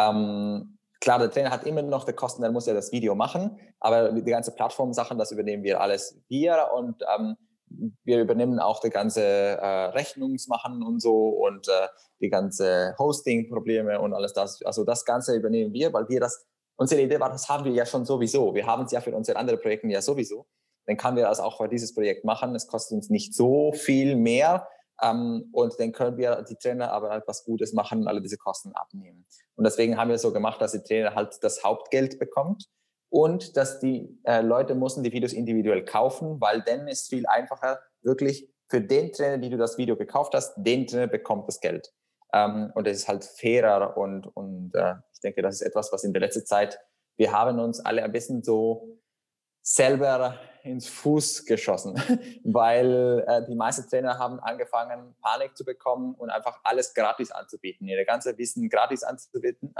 Klar, der Trainer hat immer noch die Kosten, dann muss er das Video machen, aber die ganze Plattform-Sachen, das übernehmen wir alles und wir übernehmen auch die ganze Rechnungsmachen und so und die ganze Hosting-Probleme und alles das. Also das Ganze übernehmen wir, weil unsere Idee war, das haben wir ja schon sowieso. Wir haben es ja für unsere anderen Projekte ja sowieso. Dann können wir das auch für dieses Projekt machen. Es kostet uns nicht so viel mehr. Und dann können wir die Trainer aber halt was Gutes machen und alle diese Kosten abnehmen. Und deswegen haben wir so gemacht, dass die Trainer halt das Hauptgeld bekommt und dass die Leute müssen die Videos individuell kaufen, weil dann ist viel einfacher, wirklich für den Trainer, die du das Video gekauft hast, den Trainer bekommt das Geld. Und das ist halt fairer und ich denke, das ist etwas, was in der letzten Zeit, wir haben uns alle ein bisschen so selber ins Fuß geschossen, weil die meisten Trainer haben angefangen, Panik zu bekommen und einfach alles gratis anzubieten, ihre ganze Wissen gratis anzubieten.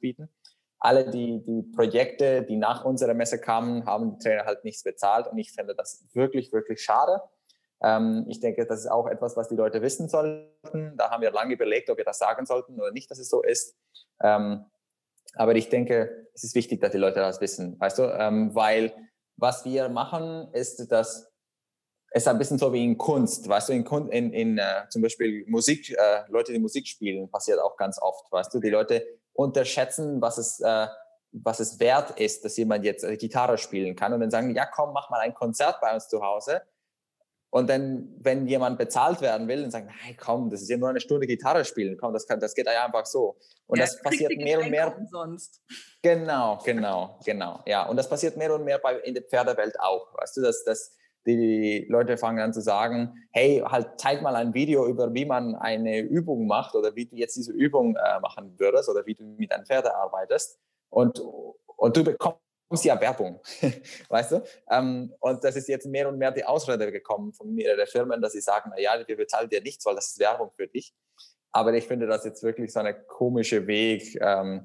Alle die Projekte, die nach unserer Messe kamen, haben die Trainer halt nichts bezahlt und ich finde das wirklich, wirklich schade. Ich denke, das ist auch etwas, was die Leute wissen sollten. Da haben wir lange überlegt, ob wir das sagen sollten oder nicht, dass es so ist. Aber ich denke, es ist wichtig, dass die Leute das wissen, weißt du, weil was wir machen, ist, dass es ein bisschen so wie in Kunst, weißt du, zum Beispiel Musik, Leute, die Musik spielen, passiert auch ganz oft, weißt du, die Leute unterschätzen, was es wert ist, dass jemand jetzt Gitarre spielen kann und dann sagen, ja komm, mach mal ein Konzert bei uns zu Hause. Und dann, wenn jemand bezahlt werden will, dann sagen, nein, komm, das ist ja nur eine Stunde Gitarre spielen, komm, das geht ja einfach so. Und ja, das passiert mehr und mehr. Umsonst. Genau. Ja, und das passiert mehr und mehr in der Pferdewelt auch. Weißt du, dass die Leute fangen an zu sagen, hey, halt zeig mal ein Video über, wie man eine Übung macht oder wie du jetzt diese Übung machen würdest oder wie du mit einem Pferd arbeitest. Und Und du bekommst ja Werbung, weißt du? Und das ist jetzt mehr und mehr die Ausrede gekommen von mehreren Firmen, dass sie sagen, naja, wir bezahlen dir nichts, weil das ist Werbung für dich. Aber ich finde das jetzt wirklich so ein komischer Weg,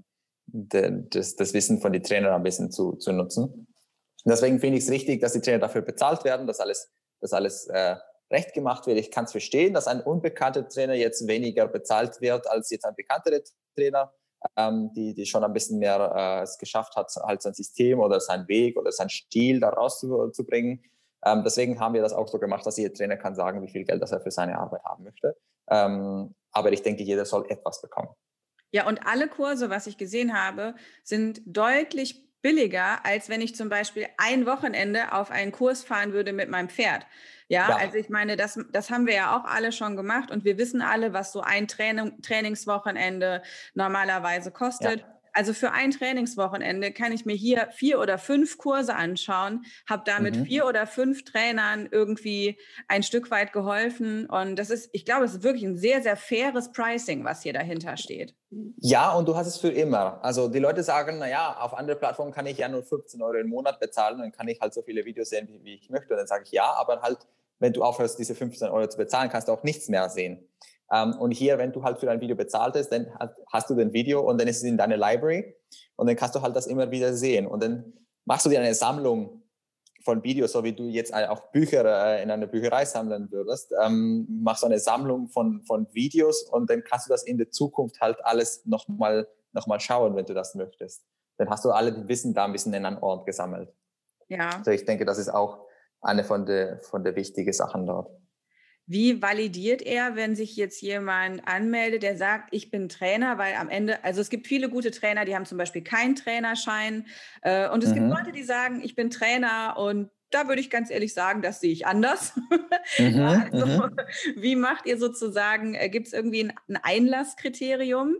das Wissen von den Trainern ein bisschen zu nutzen. Und deswegen finde ich es richtig, dass die Trainer dafür bezahlt werden, dass alles recht gemacht wird. Ich kann es verstehen, dass ein unbekannter Trainer jetzt weniger bezahlt wird als jetzt ein bekannterer Trainer, die schon ein bisschen mehr es geschafft hat, halt sein System oder seinen Weg oder seinen Stil da rauszubringen. Deswegen haben wir das auch so gemacht, dass jeder Trainer kann sagen, wie viel Geld das er für seine Arbeit haben möchte. Aber ich denke, jeder soll etwas bekommen. Ja, und alle Kurse, was ich gesehen habe, sind deutlich billiger, als wenn ich zum Beispiel ein Wochenende auf einen Kurs fahren würde mit meinem Pferd. Ja, also ich meine, das haben wir ja auch alle schon gemacht und wir wissen alle, was so ein Trainingswochenende normalerweise kostet. Ja. Also für ein Trainingswochenende kann ich mir hier 4 oder 5 Kurse anschauen, habe damit 4 oder 5 Trainern irgendwie ein Stück weit geholfen. Und ich glaube, es ist wirklich ein sehr, sehr faires Pricing, was hier dahinter steht. Ja, und du hast es für immer. Also die Leute sagen, naja, auf andere Plattformen kann ich ja nur 15 Euro im Monat bezahlen, dann kann ich halt so viele Videos sehen, wie ich möchte. Und dann sage ich ja, aber halt, wenn du aufhörst, diese 15 Euro zu bezahlen, kannst du auch nichts mehr sehen. Und hier, wenn du halt für ein Video bezahlt hast, dann hast du den Video und dann ist es in deiner Library und dann kannst du halt das immer wieder sehen. Und dann machst du dir eine Sammlung von Videos, so wie du jetzt auch Bücher in einer Bücherei sammeln würdest, machst du eine Sammlung von Videos und dann kannst du das in der Zukunft halt alles noch mal schauen, wenn du das möchtest. Dann hast du alle die Wissen da ein bisschen in einen Ort gesammelt. Ja. Also ich denke, das ist auch eine von der wichtigen Sachen dort. Wie validiert er, wenn sich jetzt jemand anmeldet, der sagt, ich bin Trainer, weil am Ende, also es gibt viele gute Trainer, die haben zum Beispiel keinen Trainerschein und es gibt Leute, die sagen, ich bin Trainer und da würde ich ganz ehrlich sagen, das sehe ich anders. Also, wie macht ihr sozusagen, gibt es irgendwie ein Einlasskriterium?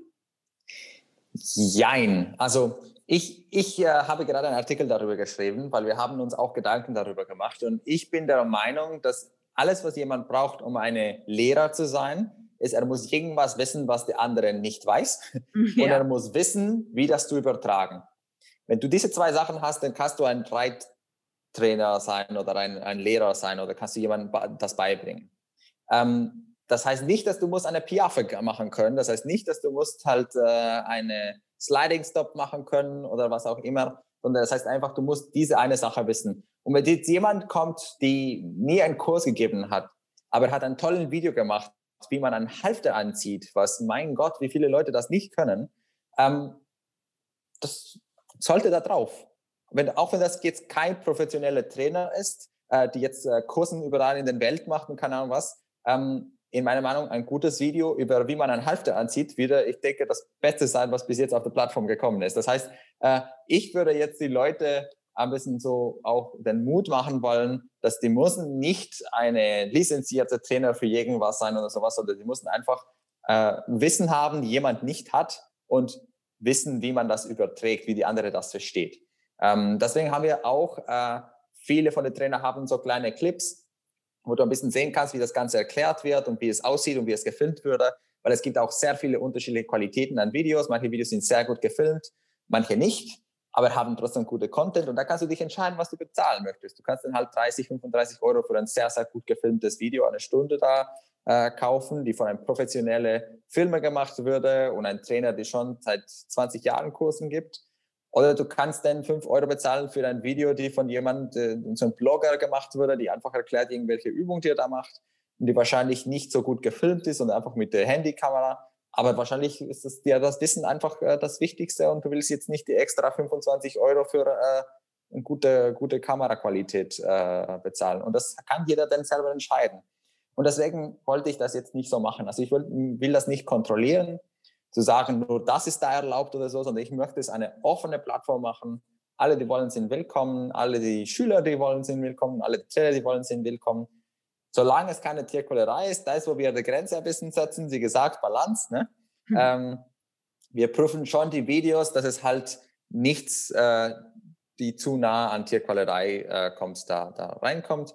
Jein, also ich habe gerade einen Artikel darüber geschrieben, weil wir haben uns auch Gedanken darüber gemacht und ich bin der Meinung, dass alles, was jemand braucht, um ein Lehrer zu sein, ist, er muss irgendwas wissen, was der andere nicht weiß. Ja. Und er muss wissen, wie das zu übertragen. Wenn du diese 2 Sachen hast, dann kannst du ein Reittrainer sein oder ein Lehrer sein oder kannst du jemandem das beibringen. Das heißt nicht, dass du musst eine Piaffe machen können. Das heißt nicht, dass du musst halt eine Sliding Stop machen können oder was auch immer. Sondern das heißt einfach, du musst diese eine Sache wissen. Und wenn jetzt jemand kommt, die nie einen Kurs gegeben hat, aber hat ein tolles Video gemacht, wie man einen Halfter anzieht, was, mein Gott, wie viele Leute das nicht können, das sollte da drauf. Auch wenn das jetzt kein professioneller Trainer ist, die jetzt Kursen überall in der Welt macht und keine Ahnung was, in meiner Meinung ein gutes Video über, wie man einen Halfter anzieht, wieder, ich denke, das Beste sein, was bis jetzt auf der Plattform gekommen ist. Das heißt, ich würde jetzt die Leute ein bisschen so auch den Mut machen wollen, dass die müssen nicht eine lizenzierte Trainer für irgendwas sein oder sowas, sondern die müssen einfach Wissen haben, die jemand nicht hat und wissen, wie man das überträgt, wie die andere das versteht. Deswegen haben wir auch, viele von den Trainern haben so kleine Clips, wo du ein bisschen sehen kannst, wie das Ganze erklärt wird und wie es aussieht und wie es gefilmt würde, weil es gibt auch sehr viele unterschiedliche Qualitäten an Videos. Manche Videos sind sehr gut gefilmt, manche nicht, aber haben trotzdem gute Content und da kannst du dich entscheiden, was du bezahlen möchtest. Du kannst dann halt 30, 35 Euro für ein sehr, sehr gut gefilmtes Video, eine Stunde da kaufen, die von einem professionellen Filmer gemacht würde und ein Trainer, der schon seit 20 Jahren Kursen gibt. Oder du kannst dann 5 Euro bezahlen für ein Video, die von jemandem, so einem Blogger gemacht wurde, die einfach erklärt, irgendwelche Übungen, die er da macht und die wahrscheinlich nicht so gut gefilmt ist und einfach mit der Handykamera. Aber wahrscheinlich ist das Wissen einfach das Wichtigste und du willst jetzt nicht die extra 25 Euro für eine gute Kameraqualität bezahlen. Und das kann jeder dann selber entscheiden. Und deswegen wollte ich das jetzt nicht so machen. Also ich will das nicht kontrollieren, zu sagen, nur das ist da erlaubt oder so, sondern ich möchte es eine offene Plattform machen. Alle, die wollen, sind willkommen. Alle die Schüler, die wollen, sind willkommen. Alle die Trainer, die wollen, sind willkommen. Solange es keine Tierquälerei ist, da ist, wo wir die Grenze ein bisschen setzen. Wie gesagt, Balance. Ne? Wir prüfen schon die Videos, dass es halt nichts, die zu nah an Tierquälerei kommt, da reinkommt.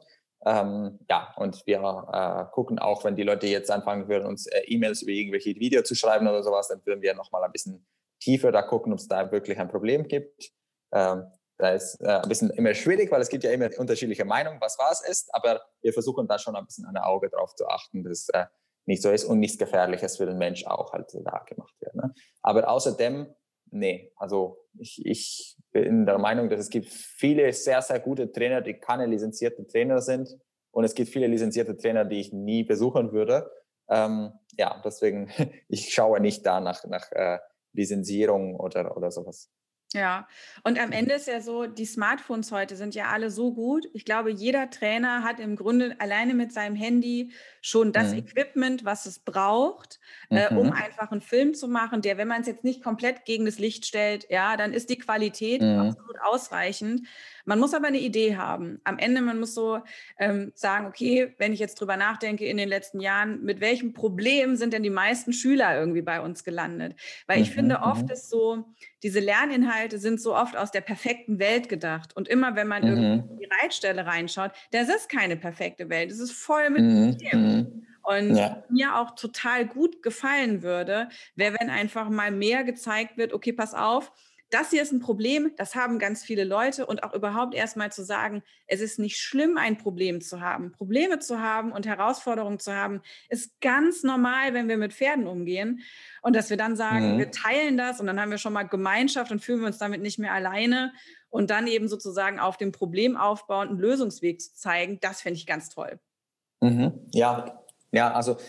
Ja, und wir gucken auch, wenn die Leute jetzt anfangen würden, uns E-Mails über irgendwelche Videos zu schreiben oder sowas, dann würden wir nochmal ein bisschen tiefer da gucken, ob es da wirklich ein Problem gibt. Da ist ein bisschen immer schwierig, weil es gibt ja immer unterschiedliche Meinungen, was ist, aber wir versuchen da schon ein bisschen ein Auge drauf zu achten, dass es nicht so ist und nichts Gefährliches für den Mensch auch halt da gemacht wird. Ne? Aber außerdem, nee, also ich bin der Meinung, dass es gibt viele sehr, sehr gute Trainer, die keine lizenzierten Trainer sind, und es gibt viele lizenzierte Trainer, die ich nie besuchen würde. Ja, deswegen, ich schaue nicht da nach Lizenzierung oder sowas. Ja, und am Ende ist ja so, die Smartphones heute sind ja alle so gut. Ich glaube, jeder Trainer hat im Grunde alleine mit seinem Handy schon das Equipment, was es braucht, um einfach einen Film zu machen, der, wenn man es jetzt nicht komplett gegen das Licht stellt, ja, dann ist die Qualität absolut ausreichend. Man muss aber eine Idee haben. Am Ende, man muss so sagen, okay, wenn ich jetzt drüber nachdenke in den letzten Jahren, mit welchem Problem sind denn die meisten Schüler irgendwie bei uns gelandet? Weil ich finde, oft ist so, diese Lerninhalte sind so oft aus der perfekten Welt gedacht. Und immer, wenn man irgendwie in die Reitstelle reinschaut, das ist keine perfekte Welt. Es ist voll mit Problemen. Und mir auch total gut gefallen würde, wäre, wenn einfach mal mehr gezeigt wird, okay, pass auf, das hier ist ein Problem, das haben ganz viele Leute, und auch überhaupt erstmal zu sagen, es ist nicht schlimm, ein Problem zu haben. Probleme zu haben und Herausforderungen zu haben, ist ganz normal, wenn wir mit Pferden umgehen. Und dass wir dann sagen, wir teilen das, und dann haben wir schon mal Gemeinschaft und fühlen wir uns damit nicht mehr alleine, und dann eben sozusagen auf dem Problem aufbauen, einen Lösungsweg zu zeigen, das finde ich ganz toll. Ja, also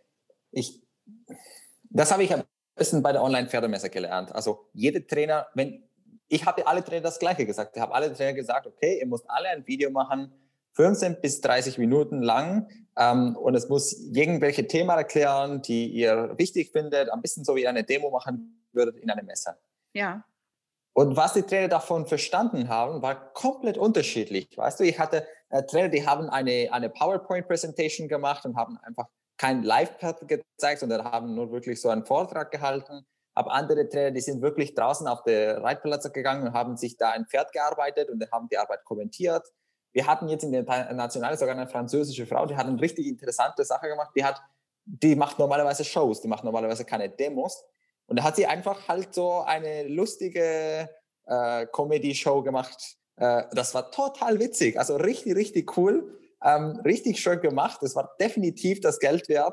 das habe ich ein bisschen bei der Online-Pferdemesse gelernt. Also jede Trainer, ich habe alle Trainer das Gleiche gesagt. Ich habe alle Trainer gesagt, okay, ihr müsst alle ein Video machen, 15 bis 30 Minuten lang, und es muss irgendwelche Themen erklären, die ihr wichtig findet, ein bisschen so wie eine Demo machen würdet in einer Messe. Ja. Und was die Trainer davon verstanden haben, war komplett unterschiedlich. Weißt du, ich hatte Trainer, die haben eine PowerPoint-Präsentation gemacht und haben einfach kein Live-Pad gezeigt, sondern haben nur wirklich so einen Vortrag gehalten. Aber andere Trainer, die sind wirklich draußen auf der Reitplatz gegangen und haben sich da ein Pferd gearbeitet und haben die Arbeit kommentiert. Wir hatten jetzt in der Nationale sogar eine französische Frau, die hat eine richtig interessante Sache gemacht. Die macht normalerweise Shows, die macht normalerweise keine Demos. Und da hat sie einfach halt so eine lustige Comedy-Show gemacht. Das war total witzig, also richtig, richtig cool. Richtig schön gemacht. Das war definitiv das Geld wert.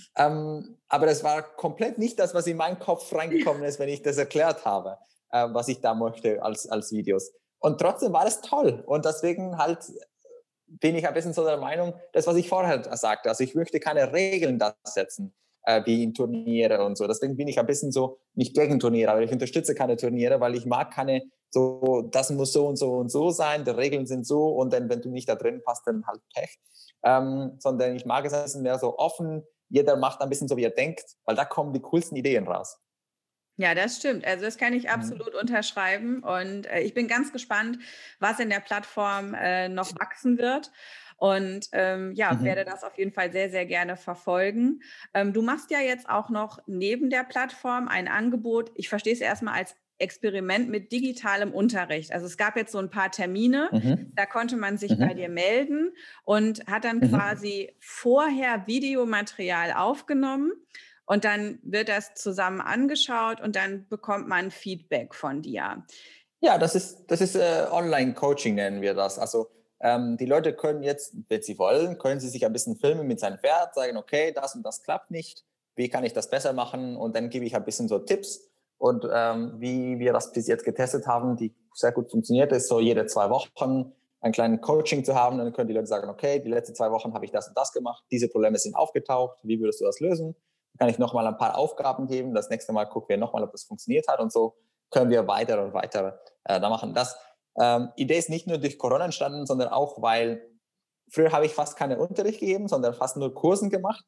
Aber das war komplett nicht das, was in meinen Kopf reingekommen ist, wenn ich das erklärt habe, was ich da möchte als Videos. Und trotzdem war es toll. Und deswegen halt bin ich ein bisschen so der Meinung, das, was ich vorher sagte. Also ich möchte keine Regeln da setzen, wie in Turniere und so. Deswegen bin ich ein bisschen so, nicht gegen Turniere, aber ich unterstütze keine Turniere, weil ich mag keine so, das muss so und so und so sein, die Regeln sind so, und dann, wenn du nicht da drin passt, dann halt Pech. Sondern ich mag es ein bisschen mehr so offen, jeder macht ein bisschen so, wie er denkt, weil da kommen die coolsten Ideen raus. Ja, das stimmt. Also das kann ich absolut unterschreiben, und ich bin ganz gespannt, was in der Plattform noch wachsen wird. Und werde das auf jeden Fall sehr, sehr gerne verfolgen. Du machst ja jetzt auch noch neben der Plattform ein Angebot, ich verstehe es erstmal als Experiment mit digitalem Unterricht. Also es gab jetzt so ein paar Termine, da konnte man sich bei dir melden und hat dann quasi vorher Videomaterial aufgenommen. Und dann wird das zusammen angeschaut und dann bekommt man Feedback von dir. Ja, das ist Online-Coaching, nennen wir das. Also die Leute können jetzt, wenn sie wollen, können sie sich ein bisschen filmen mit seinem Pferd, sagen, okay, das und das klappt nicht, wie kann ich das besser machen? Und dann gebe ich ein bisschen so Tipps. Und wie wir das bis jetzt getestet haben, die sehr gut funktioniert, ist so jede 2 Wochen ein kleines Coaching zu haben. Dann können die Leute sagen, okay, die letzten 2 Wochen habe ich das und das gemacht, diese Probleme sind aufgetaucht, wie würdest du das lösen? Kann ich nochmal ein paar Aufgaben geben. Das nächste Mal gucken wir nochmal, ob das funktioniert hat. Und so können wir weiter und weiter da machen. Das Idee ist nicht nur durch Corona entstanden, sondern auch, weil früher habe ich fast keinen Unterricht gegeben, sondern fast nur Kursen gemacht.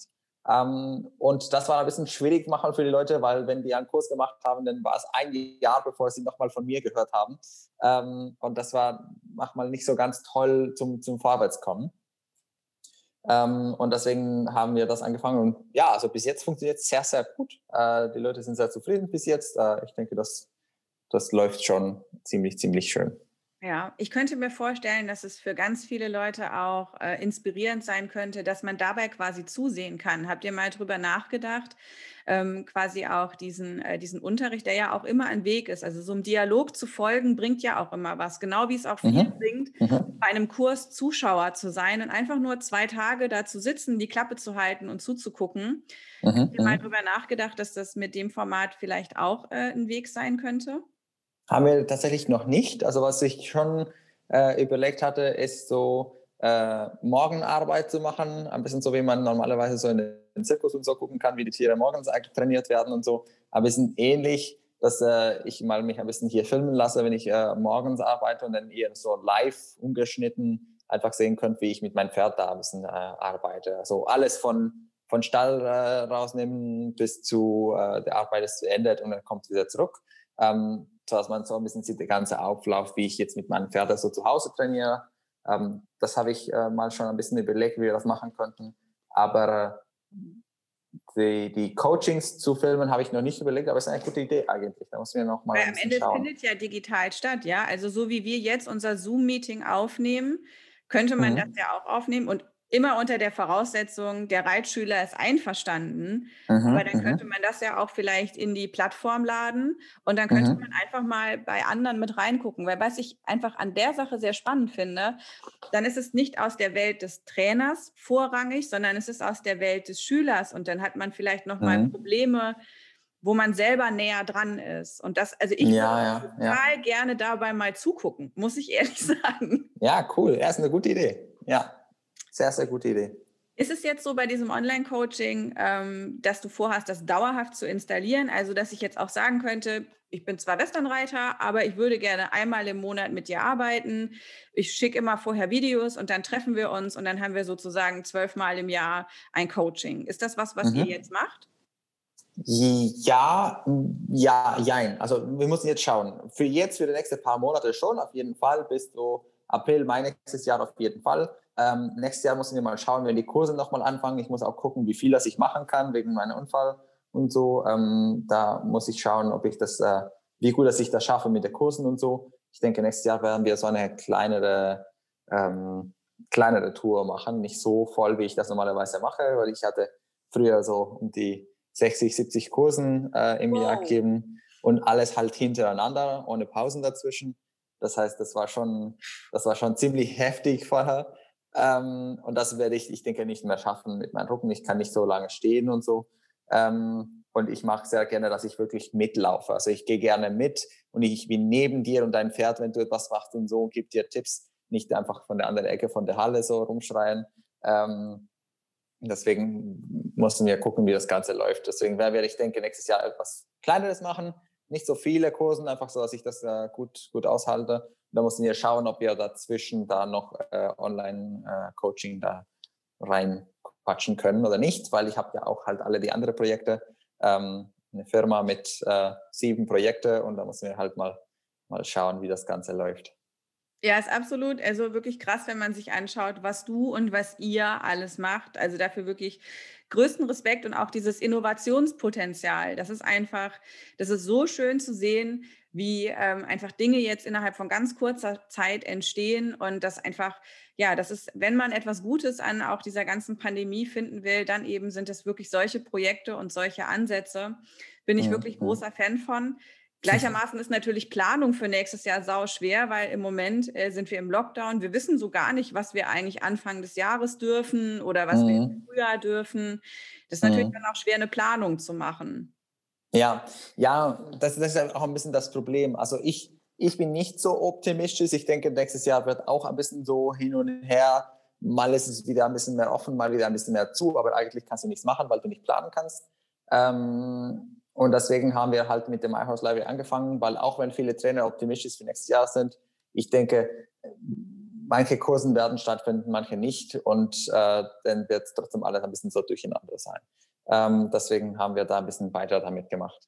Und das war ein bisschen schwierig machen für die Leute, weil wenn die einen Kurs gemacht haben, dann war es ein Jahr, bevor sie nochmal von mir gehört haben. Und das war manchmal nicht so ganz toll zum Vorwärtskommen. Und deswegen haben wir das angefangen. Und ja, also bis jetzt funktioniert es sehr, sehr gut. Die Leute sind sehr zufrieden bis jetzt. Ich denke, das läuft schon ziemlich, ziemlich schön. Ja, ich könnte mir vorstellen, dass es für ganz viele Leute auch inspirierend sein könnte, dass man dabei quasi zusehen kann. Habt ihr mal drüber nachgedacht, quasi auch diesen Unterricht, der ja auch immer ein Weg ist, also so einem Dialog zu folgen, bringt ja auch immer was. Genau wie es auch viel Mhm. bringt, Mhm. bei einem Kurs Zuschauer zu sein und einfach nur 2 Tage da zu sitzen, die Klappe zu halten und zuzugucken. Habt Mhm. ihr mal Mhm. drüber nachgedacht, dass das mit dem Format vielleicht auch ein Weg sein könnte? Haben wir tatsächlich noch nicht. Also was ich schon überlegt hatte, ist so Morgenarbeit zu machen. Ein bisschen so, wie man normalerweise so in den Zirkus und so gucken kann, wie die Tiere morgens eigentlich trainiert werden und so. Aber ein bisschen ähnlich, dass ich mal mich ein bisschen hier filmen lasse, wenn ich morgens arbeite und dann eher so live ungeschnitten einfach sehen könnt, wie ich mit meinem Pferd da ein bisschen arbeite. Also alles von Stall rausnehmen bis zu der Arbeit ist beendet und dann kommt es wieder zurück. So dass man so ein bisschen sieht, der ganze Auflauf, wie ich jetzt mit meinen Pferden so zu Hause trainiere. Das habe ich mal schon ein bisschen überlegt, wie wir das machen könnten. Aber die Coachings zu filmen habe ich noch nicht überlegt, aber es ist eine gute Idee eigentlich. Da muss wir noch mal Weil ein am bisschen Ende, es schauen. findet ja digital statt, ja. Also so wie wir jetzt unser Zoom-Meeting aufnehmen, könnte man das Mhm. ja auch aufnehmen und immer unter der Voraussetzung, der Reitschüler ist einverstanden. Aber Mhm. dann könnte Mhm. man das ja auch vielleicht in die Plattform laden und dann könnte man Mhm. einfach mal bei anderen mit reingucken. Weil was ich einfach an der Sache sehr spannend finde, dann ist es nicht aus der Welt des Trainers vorrangig, sondern es ist aus der Welt des Schülers und dann hat man vielleicht noch mal Mhm. Probleme, wo man selber näher dran ist. Und das, also ich würde Ja, ja, ja. total gerne dabei mal zugucken, muss ich ehrlich sagen. Ja, cool. Ja, ist eine gute Idee. Ja, sehr, sehr gute Idee. Ist es jetzt so bei diesem Online-Coaching, dass du vorhast, das dauerhaft zu installieren? Also, dass ich jetzt auch sagen könnte, ich bin zwar Westernreiter, aber ich würde gerne einmal im Monat mit dir arbeiten. Ich schicke immer vorher Videos und dann treffen wir uns und dann haben wir sozusagen 12 Mal im Jahr ein Coaching. Ist das was ihr jetzt Mhm. macht? Ja, ja, jein. Also wir müssen jetzt schauen. Für die nächsten paar Monate schon, auf jeden Fall, bis so April, Mai nächstes Jahr auf jeden Fall. Nächstes Jahr müssen wir mal schauen, wenn die Kurse nochmal anfangen. Ich muss auch gucken, wie viel das ich machen kann wegen meinem Unfall und so. Da muss ich schauen, ob ich das, wie gut dass ich das schaffe mit den Kursen und so. Ich denke, nächstes Jahr werden wir so eine kleinere Tour machen. Nicht so voll, wie ich das normalerweise mache, weil ich hatte früher so um die 60, 70 Kursen im Jahr Wow. geben und alles halt hintereinander, ohne Pausen dazwischen. Das heißt, das war schon ziemlich heftig vorher. Und das werde ich denke, nicht mehr schaffen mit meinem Rücken. Ich kann nicht so lange stehen und so. Und ich mache sehr gerne, dass ich wirklich mitlaufe. Also ich gehe gerne mit und ich bin neben dir und dein Pferd, wenn du etwas machst und so, und gebe dir Tipps, nicht einfach von der anderen Ecke von der Halle so rumschreien. Deswegen mussten wir gucken, wie das Ganze läuft. Deswegen werde ich denke, nächstes Jahr etwas Kleineres machen. Nicht so viele Kursen, einfach so, dass ich das gut aushalte. Da mussten wir schauen, ob wir dazwischen da noch Online-Coaching da reinquatschen können oder nicht, weil ich habe ja auch halt alle die anderen Projekte. Eine Firma mit 7 Projekten und da müssen wir halt mal schauen, wie das Ganze läuft. Ja, ist absolut, also wirklich krass, wenn man sich anschaut, was du und was ihr alles macht. Also dafür wirklich größten Respekt und auch dieses Innovationspotenzial. Das ist so schön zu sehen, wie einfach Dinge jetzt innerhalb von ganz kurzer Zeit entstehen und das einfach, ja, das ist, wenn man etwas Gutes an auch dieser ganzen Pandemie finden will, dann eben sind es wirklich solche Projekte und solche Ansätze. Bin ich wirklich Mhm. großer Fan von. Gleichermaßen ist natürlich Planung für nächstes Jahr sau schwer, weil im Moment sind wir im Lockdown. Wir wissen so gar nicht, was wir eigentlich Anfang des Jahres dürfen oder was wir im Mhm. Frühjahr dürfen. Das ist natürlich dann Mhm. auch schwer, eine Planung zu machen. Ja, ja, das ist auch ein bisschen das Problem. Also ich bin nicht so optimistisch. Ich denke, nächstes Jahr wird auch ein bisschen so hin und her. Mal ist es wieder ein bisschen mehr offen, mal wieder ein bisschen mehr zu, aber eigentlich kannst du nichts machen, weil du nicht planen kannst. Und deswegen haben wir halt mit dem iHouse Library angefangen, weil auch wenn viele Trainer optimistisch für nächstes Jahr sind, ich denke, manche Kursen werden stattfinden, manche nicht und dann wird trotzdem alles ein bisschen so durcheinander sein. Deswegen haben wir da ein bisschen weiter damit gemacht.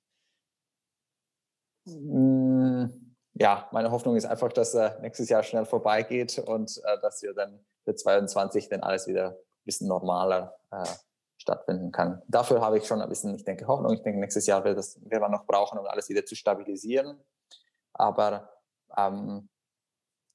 Ja, meine Hoffnung ist einfach, dass nächstes Jahr schnell vorbeigeht und dass wir dann für 22 dann alles wieder ein bisschen normaler stattfinden kann. Dafür habe ich schon ein bisschen, ich denke, Hoffnung. Ich denke, nächstes Jahr wird man noch brauchen, um alles wieder zu stabilisieren. Aber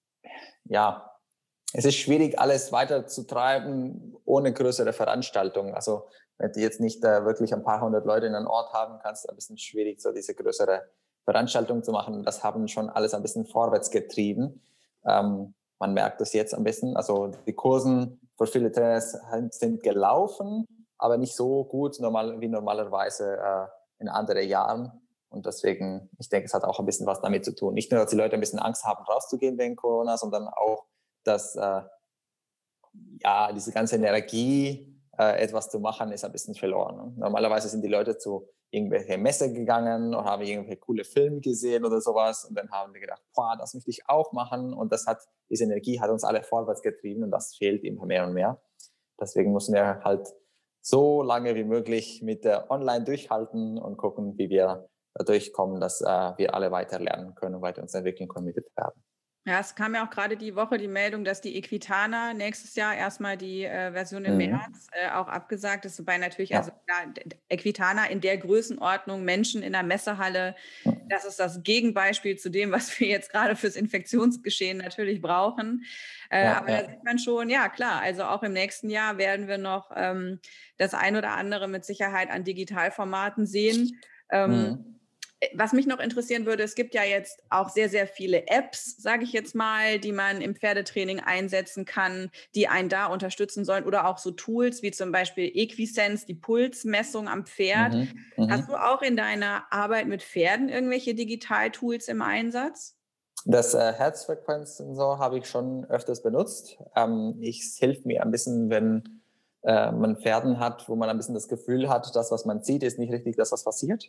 ja, es ist schwierig, alles weiterzutreiben ohne größere Veranstaltungen. Also wenn du jetzt nicht wirklich ein paar hundert Leute in einem Ort haben kannst, ein bisschen schwierig, so diese größere Veranstaltung zu machen. Das haben schon alles ein bisschen vorwärts getrieben. Man merkt das jetzt ein bisschen. Also die Kursen für viele Trainers sind gelaufen, aber nicht so gut wie normalerweise in anderen Jahren. Und deswegen, ich denke, es hat auch ein bisschen was damit zu tun. Nicht nur, dass die Leute ein bisschen Angst haben, rauszugehen wegen Corona, sondern auch, dass diese ganze Energie, etwas zu machen, ist ein bisschen verloren. Ne? Normalerweise sind die Leute zu irgendwelche Messe gegangen und haben irgendwelche coole Filme gesehen oder sowas. Und dann haben wir gedacht, boah, das möchte ich auch machen. Und diese Energie hat uns alle vorwärts getrieben und das fehlt immer mehr und mehr. Deswegen müssen wir halt so lange wie möglich mit der Online durchhalten und gucken, wie wir da durchkommen, dass wir alle weiter lernen können und weiter uns entwickeln können mit den Pferden. Ja, es kam ja auch gerade die Woche die Meldung, dass die Equitana nächstes Jahr erstmal die Version im März auch abgesagt ist, wobei natürlich, also klar, Equitana in der Größenordnung, Menschen in der Messehalle, das ist das Gegenbeispiel zu dem, was wir jetzt gerade fürs Infektionsgeschehen natürlich brauchen. Aber da sieht man schon, ja klar, also auch im nächsten Jahr werden wir noch das ein oder andere mit Sicherheit an Digitalformaten sehen. Was mich noch interessieren würde, es gibt ja jetzt auch sehr, sehr viele Apps, sage ich jetzt mal, die man im Pferdetraining einsetzen kann, die einen da unterstützen sollen oder auch so Tools wie zum Beispiel Equisense, die Pulsmessung am Pferd. Hast du auch in deiner Arbeit mit Pferden irgendwelche Digital-Tools im Einsatz? Das Herzfrequenzsensor habe ich schon öfters benutzt. Es hilft mir ein bisschen, wenn man Pferden hat, wo man ein bisschen das Gefühl hat, das, was man sieht, ist nicht richtig das, was passiert.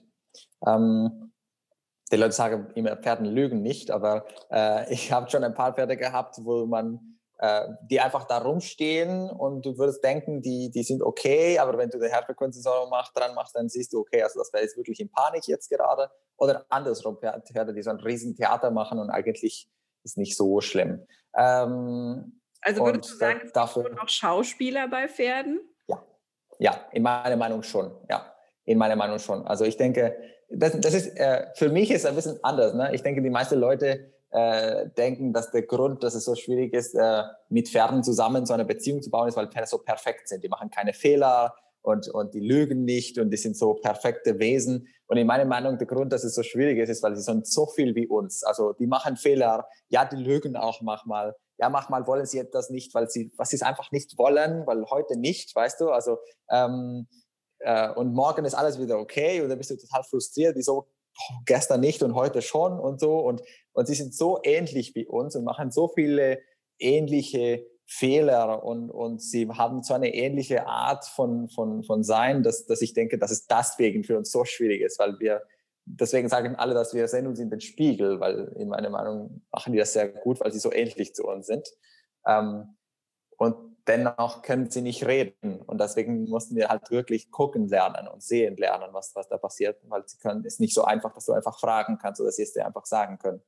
Die Leute sagen immer, Pferden lügen nicht, aber ich habe schon ein paar Pferde gehabt, wo die einfach da rumstehen und du würdest denken, die sind okay, aber wenn du den Herzfrequenzsensor dran machst, dann siehst du, okay, also das Pferd ist wirklich in Panik jetzt gerade. Oder andersrum, Pferde, die so ein riesen Theater machen und eigentlich ist nicht so schlimm. Also würdest du sagen, es gibt schon auch Schauspieler bei Pferden? Ja, in meiner Meinung schon. Ja, in meiner Meinung schon. Also ich denke, das ist für mich ist ein bisschen anders. Ne? Ich denke, die meisten Leute denken, dass der Grund, dass es so schwierig ist, mit Pferden zusammen so eine Beziehung zu bauen, ist, weil Pferde so perfekt sind. Die machen keine Fehler und die lügen nicht und die sind so perfekte Wesen. Und in meiner Meinung, der Grund, dass es so schwierig ist, weil sie sind so viel wie uns. Also die machen Fehler, ja, die lügen auch manchmal. Ja, manchmal wollen sie etwas nicht, was sie es einfach nicht wollen, weil heute nicht, weißt du, also und morgen ist alles wieder okay und dann bist du total frustriert, wieso gestern nicht und heute schon und so und sie sind so ähnlich wie uns und machen so viele ähnliche Fehler und sie haben so eine ähnliche Art von Sein, dass ich denke, dass es deswegen für uns so schwierig ist, weil deswegen sagen alle, dass wir sehen uns in den Spiegel, weil in meiner Meinung machen die das sehr gut, weil sie so ähnlich zu uns sind. Und dennoch können sie nicht reden. Und deswegen mussten wir halt wirklich gucken lernen und sehen lernen, was da passiert, weil ist nicht so einfach, dass du einfach fragen kannst oder sie es dir einfach sagen können.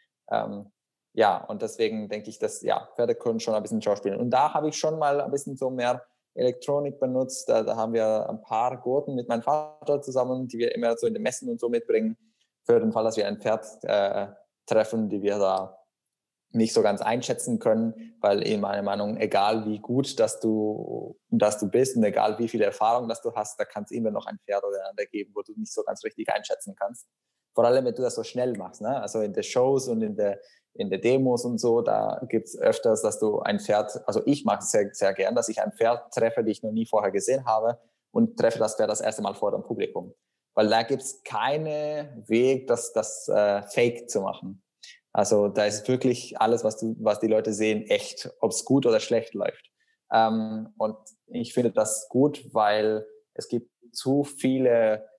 Und deswegen denke ich, dass Pferde können schon ein bisschen schauspielen. Und da habe ich schon mal ein bisschen so mehr Elektronik benutzt. Da haben wir ein paar Gurten mit meinem Vater zusammen, die wir immer so in den Messen und so mitbringen, für den Fall, dass wir ein Pferd treffen, die wir da nicht so ganz einschätzen können, weil in meiner Meinung, egal wie gut dass du bist und egal wie viel Erfahrung dass du hast, da kann es immer noch ein Pferd oder ein anderes geben, wo du nicht so ganz richtig einschätzen kannst. Vor allem, wenn du das so schnell machst, ne? Also in den Shows und in der Demos und so, da gibt es öfters, dass du ein Pferd, also ich mag es sehr, sehr gern, dass ich ein Pferd treffe, die ich noch nie vorher gesehen habe und treffe das Pferd das erste Mal vor dem Publikum. Weil da gibt es keinen Weg, das fake zu machen. Also da ist wirklich alles, was die Leute sehen, echt, ob es gut oder schlecht läuft. Und ich finde das gut, weil es gibt zu viele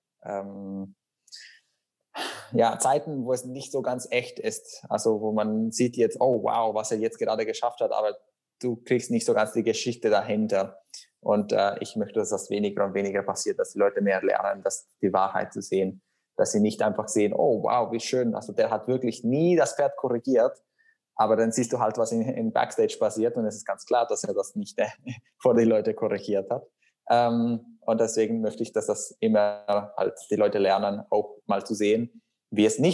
Zeiten, wo es nicht so ganz echt ist. Also wo man sieht jetzt, oh wow, was er jetzt gerade geschafft hat, aber du kriegst nicht so ganz die Geschichte dahinter. Und ich möchte, dass das weniger und weniger passiert, dass die Leute mehr lernen, die Wahrheit zu sehen. Dass sie nicht einfach sehen, oh wow, wie schön, also der hat wirklich nie das Pferd korrigiert, aber dann siehst du halt, was in Backstage passiert und es ist ganz klar, dass er das nicht vor die Leute korrigiert hat. Und deswegen möchte ich, dass das immer halt die Leute lernen, auch mal zu sehen, wie es nicht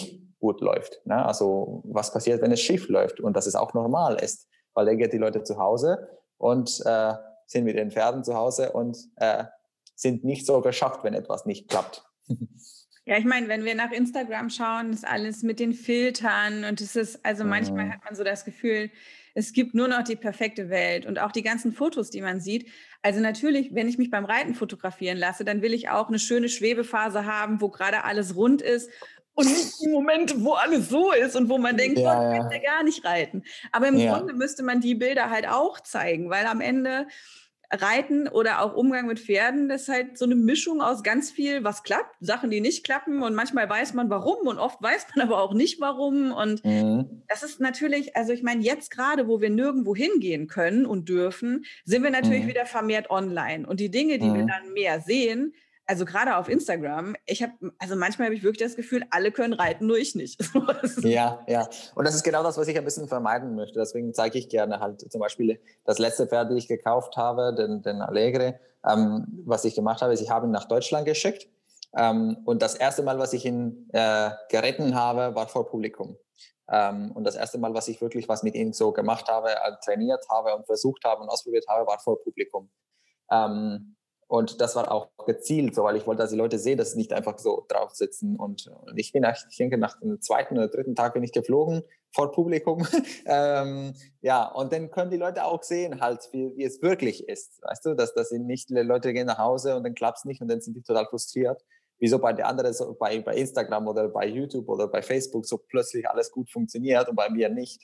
gut läuft. Ne? Also was passiert, wenn es schief läuft und dass es auch normal ist, weil dann geht die Leute zu Hause und sind mit den Pferden zu Hause und sind nicht so geschockt, wenn etwas nicht klappt. Ja, ich meine, wenn wir nach Instagram schauen, ist alles mit den Filtern und es ist, also manchmal hat man so das Gefühl, es gibt nur noch die perfekte Welt und auch die ganzen Fotos, die man sieht. Also natürlich, wenn ich mich beim Reiten fotografieren lasse, dann will ich auch eine schöne Schwebephase haben, wo gerade alles rund ist und nicht die Momente, wo alles so ist und wo man denkt, Gott, ich kann ja gar nicht reiten. Aber im Grunde müsste man die Bilder halt auch zeigen, weil am Ende Reiten oder auch Umgang mit Pferden, das ist halt so eine Mischung aus ganz viel, was klappt, Sachen, die nicht klappen und manchmal weiß man warum und oft weiß man aber auch nicht warum und das ist natürlich, also ich meine, jetzt gerade, wo wir nirgendwo hingehen können und dürfen, sind wir natürlich wieder vermehrt online und die Dinge, die wir dann mehr sehen, also gerade auf Instagram, manchmal habe ich wirklich das Gefühl, alle können reiten, nur ich nicht. Ja. Und das ist genau das, was ich ein bisschen vermeiden möchte. Deswegen zeige ich gerne halt zum Beispiel das letzte Pferd, das ich gekauft habe, den Allegre. Was ich gemacht habe, ist, ich habe ihn nach Deutschland geschickt. Und das erste Mal, was ich ihn geritten habe, war vor Publikum. Und das erste Mal, was ich wirklich was mit ihm so gemacht habe, trainiert habe und versucht habe und ausprobiert habe, war vor Publikum. Und das war auch gezielt so, weil ich wollte, dass die Leute sehen, dass sie nicht einfach so drauf sitzen. Und ich denke, nach dem zweiten oder dritten Tag bin ich geflogen vor Publikum. Und dann können die Leute auch sehen, halt, wie es wirklich ist. Weißt du, dass sie nicht, die Leute gehen nach Hause und dann klappt es nicht und dann sind die total frustriert. Wieso bei den anderen, so bei Instagram oder bei YouTube oder bei Facebook so plötzlich alles gut funktioniert und bei mir nicht.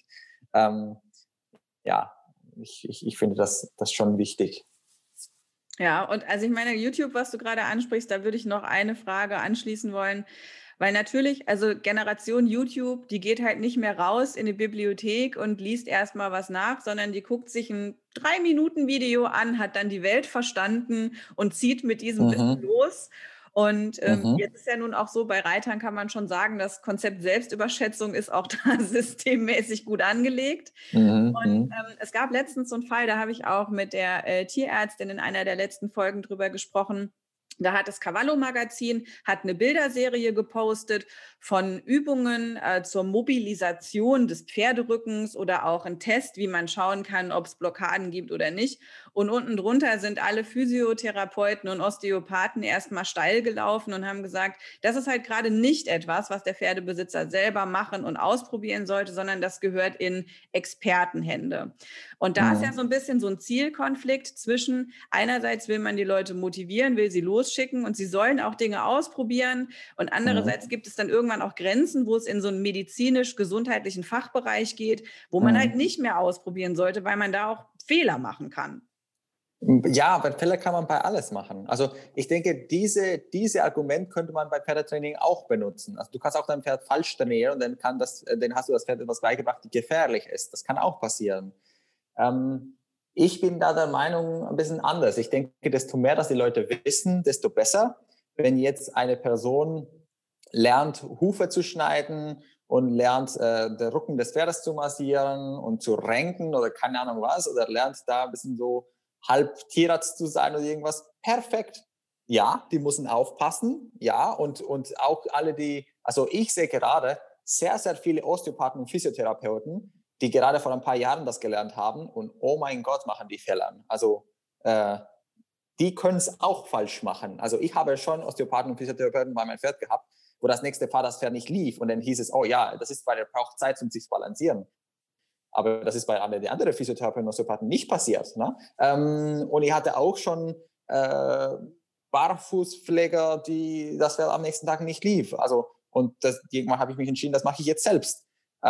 Ich finde das schon wichtig. Ja, und also ich meine, YouTube, was du gerade ansprichst, da würde ich noch eine Frage anschließen wollen, weil natürlich, also Generation YouTube, die geht halt nicht mehr raus in die Bibliothek und liest erstmal was nach, sondern die guckt sich ein 3-Minuten-Video an, hat dann die Welt verstanden und zieht mit diesem Wissen los. Und jetzt ist ja nun auch so, bei Reitern kann man schon sagen, das Konzept Selbstüberschätzung ist auch da systemmäßig gut angelegt. Und es gab letztens so einen Fall, da habe ich auch mit der Tierärztin in einer der letzten Folgen drüber gesprochen. Da hat das Cavallo-Magazin eine Bilderserie gepostet von Übungen zur Mobilisation des Pferderückens oder auch ein Test, wie man schauen kann, ob es Blockaden gibt oder nicht. Und unten drunter sind alle Physiotherapeuten und Osteopathen erstmal steil gelaufen und haben gesagt, das ist halt gerade nicht etwas, was der Pferdebesitzer selber machen und ausprobieren sollte, sondern das gehört in Expertenhände. Und da ist ja so ein bisschen so ein Zielkonflikt zwischen, einerseits will man die Leute motivieren, will sie losschicken und sie sollen auch Dinge ausprobieren und andererseits gibt es dann irgendwann auch Grenzen, wo es in so einen medizinisch-gesundheitlichen Fachbereich geht, wo man halt nicht mehr ausprobieren sollte, weil man da auch Fehler machen kann. Ja, aber Fehler kann man bei alles machen. Also ich denke, diese Argument könnte man bei Pferdetraining auch benutzen. Also du kannst auch dein Pferd falsch trainieren und dann hast du das Pferd etwas beigebracht, die gefährlich ist. Das kann auch passieren. Ich bin da der Meinung ein bisschen anders. Ich denke, desto mehr, dass die Leute wissen, desto besser. Wenn jetzt eine Person lernt, Hufe zu schneiden und lernt, den Rücken des Pferdes zu massieren und zu renken oder keine Ahnung was, oder lernt da ein bisschen so halb Tierarzt zu sein oder irgendwas, perfekt. Ja, die müssen aufpassen, ja, und auch alle also ich sehe gerade sehr, sehr viele Osteopathen und Physiotherapeuten, die gerade vor ein paar Jahren das gelernt haben und oh mein Gott, machen die Fehler. Also die können es auch falsch machen. Also ich habe schon Osteopathen und Physiotherapeuten bei meinem Pferd gehabt, wo das nächste das Pferd nicht lief und dann hieß es, oh ja, das ist, weil er braucht Zeit, um sich zu balancieren. Aber das ist bei den anderen Physiotherapeuten und Osteopathen nicht passiert. Ne? Und ich hatte auch schon Barfußpfleger, die das Pferd am nächsten Tag nicht lief. Also, und irgendwann habe ich mich entschieden, das mache ich jetzt selbst.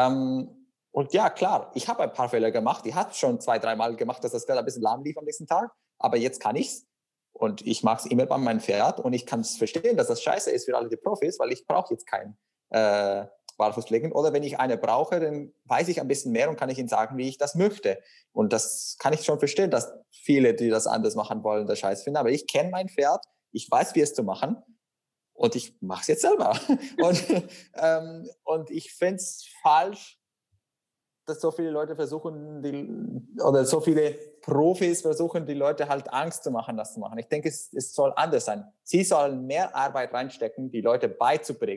Und ja, klar, ich habe ein paar Fehler gemacht. Ich habe schon 2-3 Mal gemacht, dass das Pferd ein bisschen lahm lief am nächsten Tag. Aber jetzt kann ich's. Und ich mache es immer bei meinem Pferd. Und ich kann es verstehen, dass das scheiße ist für alle die Profis, weil ich brauche jetzt keinen Barfußpflegen. Oder wenn ich eine brauche, dann weiß ich ein bisschen mehr und kann ich Ihnen sagen, wie ich das möchte. Und das kann ich schon verstehen, dass viele, die das anders machen wollen, das scheiß finden. Aber ich kenne mein Pferd, ich weiß, wie es zu machen und ich mache es jetzt selber. Und ich finde es falsch, dass so viele Leute versuchen, oder so viele Profis versuchen, die Leute halt Angst zu machen, das zu machen. Ich denke, es soll anders sein. Sie sollen mehr Arbeit reinstecken, die Leute beizubringen,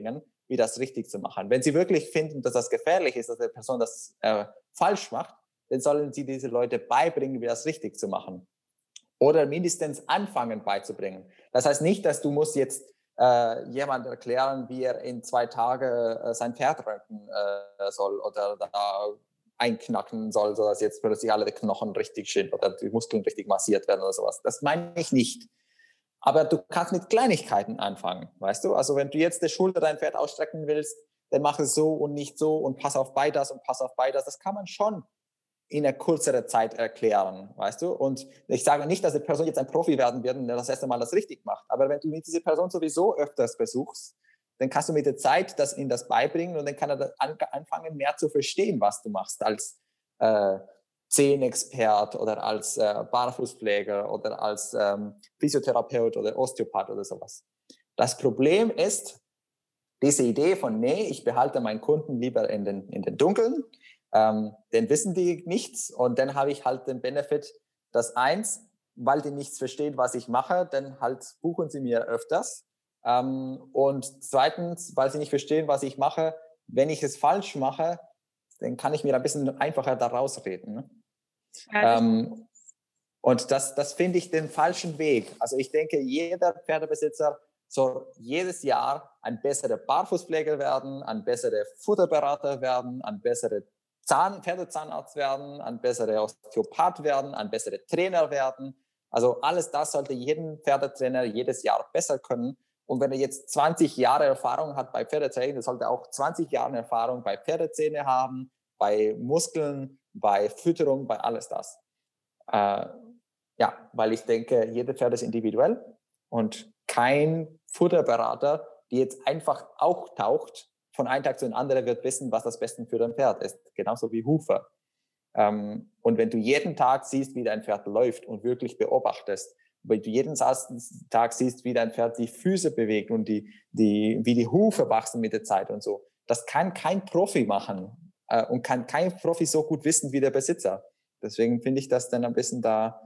wie das richtig zu machen. Wenn sie wirklich finden, dass das gefährlich ist, dass die Person das falsch macht, dann sollen sie diese Leute beibringen, wie das richtig zu machen. Oder mindestens anfangen beizubringen. Das heißt nicht, dass du musst jetzt jemand erklären, wie er in 2 Tagen sein Pferd röntgen soll oder da einknacken soll, sodass jetzt plötzlich alle die Knochen richtig sind oder die Muskeln richtig massiert werden oder sowas. Das meine ich nicht. Aber du kannst mit Kleinigkeiten anfangen, weißt du? Also wenn du jetzt die Schulter dein Pferd ausstrecken willst, dann mach es so und nicht so und pass auf bei das und pass auf bei das. Das kann man schon in einer kürzeren Zeit erklären, weißt du? Und ich sage nicht, dass die Person jetzt ein Profi werden wird und das erste Mal das richtig macht. Aber wenn du mit dieser Person sowieso öfters besuchst, dann kannst du mit der Zeit ihm das beibringen und dann kann er anfangen, mehr zu verstehen, was du machst als Zehenexpert oder als Barfußpfleger oder als Physiotherapeut oder Osteopath oder sowas. Das Problem ist, diese Idee von, nee, ich behalte meinen Kunden lieber in den Dunkeln, dann wissen die nichts und dann habe ich halt den Benefit, dass weil die nichts verstehen, was ich mache, dann halt buchen sie mir öfters. Und zweitens, weil sie nicht verstehen, was ich mache, wenn ich es falsch mache, dann kann ich mir ein bisschen einfacher da rausreden. Ne? Ja, und das finde ich den falschen Weg. Also ich denke, jeder Pferdebesitzer soll jedes Jahr ein besserer Barfußpfleger werden, ein besserer Futterberater werden, ein besserer Pferdezahnarzt werden, ein besserer Osteopath werden, ein besserer Trainer werden. Also alles das sollte jeden Pferdetrainer jedes Jahr besser können. Und wenn er jetzt 20 Jahre Erfahrung hat bei Pferdetraining, dann sollte er auch 20 Jahre Erfahrung bei Pferdezähne haben, bei Muskeln, bei Fütterung, bei alles das. Ja, weil ich denke, jede Pferd ist individuell und kein Futterberater, die jetzt einfach auch taucht, von einem Tag zu dem anderen wird wissen, was das Beste für dein Pferd ist. Genauso wie Hufe. Und wenn du jeden Tag siehst, wie dein Pferd läuft und wirklich beobachtest, wenn du jeden Tag siehst, wie dein Pferd die Füße bewegt und wie die Hufe wachsen mit der Zeit und so, das kann kein Profi machen und kann kein Profi so gut wissen wie der Besitzer. Deswegen finde ich das dann ein bisschen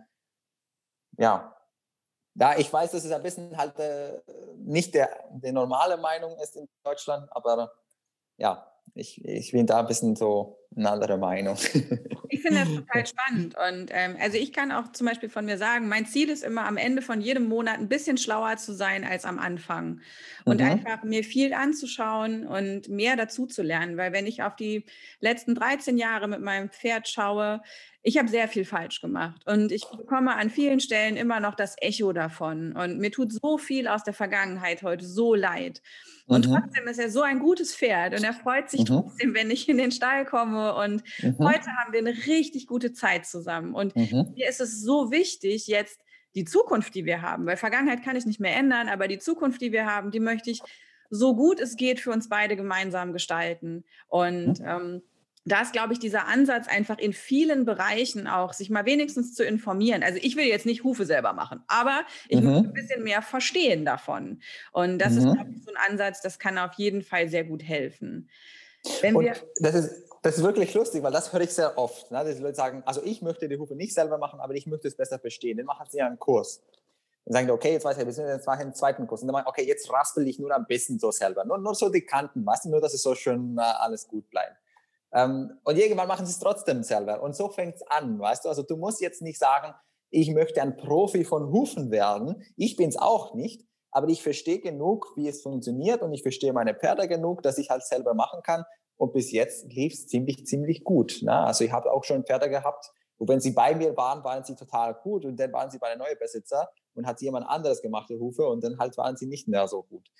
ich weiß, dass es ein bisschen halt nicht die normale Meinung ist in Deutschland, aber ja, ich bin da ein bisschen so eine andere Meinung. Ich finde das total spannend und also ich kann auch zum Beispiel von mir sagen, mein Ziel ist immer am Ende von jedem Monat ein bisschen schlauer zu sein als am Anfang und einfach mir viel anzuschauen und mehr dazu zu lernen, weil wenn ich auf die letzten 13 Jahre mit meinem Pferd schaue, ich habe sehr viel falsch gemacht und ich bekomme an vielen Stellen immer noch das Echo davon und mir tut so viel aus der Vergangenheit heute so leid. Und trotzdem ist er so ein gutes Pferd und er freut sich trotzdem, wenn ich in den Stall komme und heute haben wir eine richtig gute Zeit zusammen und mir ist es so wichtig, jetzt die Zukunft, die wir haben, weil Vergangenheit kann ich nicht mehr ändern, aber die Zukunft, die wir haben, die möchte ich so gut es geht für uns beide gemeinsam gestalten und da ist, glaube ich, dieser Ansatz einfach in vielen Bereichen auch, sich mal wenigstens zu informieren. Also ich will jetzt nicht Hufe selber machen, aber ich will ein bisschen mehr verstehen davon. Und das ist, glaube ich, so ein Ansatz, das kann auf jeden Fall sehr gut helfen. Das ist wirklich lustig, weil das höre ich sehr oft. Ne? Dass die Leute sagen, also ich möchte die Hufe nicht selber machen, aber ich möchte es besser verstehen. Dann machen sie ja einen Kurs. Dann sagen die, okay, jetzt weiß ich, wir sind jetzt im zweiten Kurs. Und dann machen okay, jetzt raspel ich nur ein bisschen so selber. Nur so die Kanten, weißt du, nur, dass es so schön alles gut bleibt. Und irgendwann machen sie es trotzdem selber. Und so fängt es an, weißt du. Also du musst jetzt nicht sagen, ich möchte ein Profi von Hufen werden. Ich bin es auch nicht. Aber ich verstehe genug, wie es funktioniert. Und ich verstehe meine Pferde genug, dass ich halt selber machen kann. Und bis jetzt lief es ziemlich gut. Ne? Also ich habe auch schon Pferde gehabt, wo wenn sie bei mir waren sie total gut. Und dann waren sie bei einem neuen Besitzer und hat jemand anderes gemacht, die Hufe. Und dann halt waren sie nicht mehr so gut.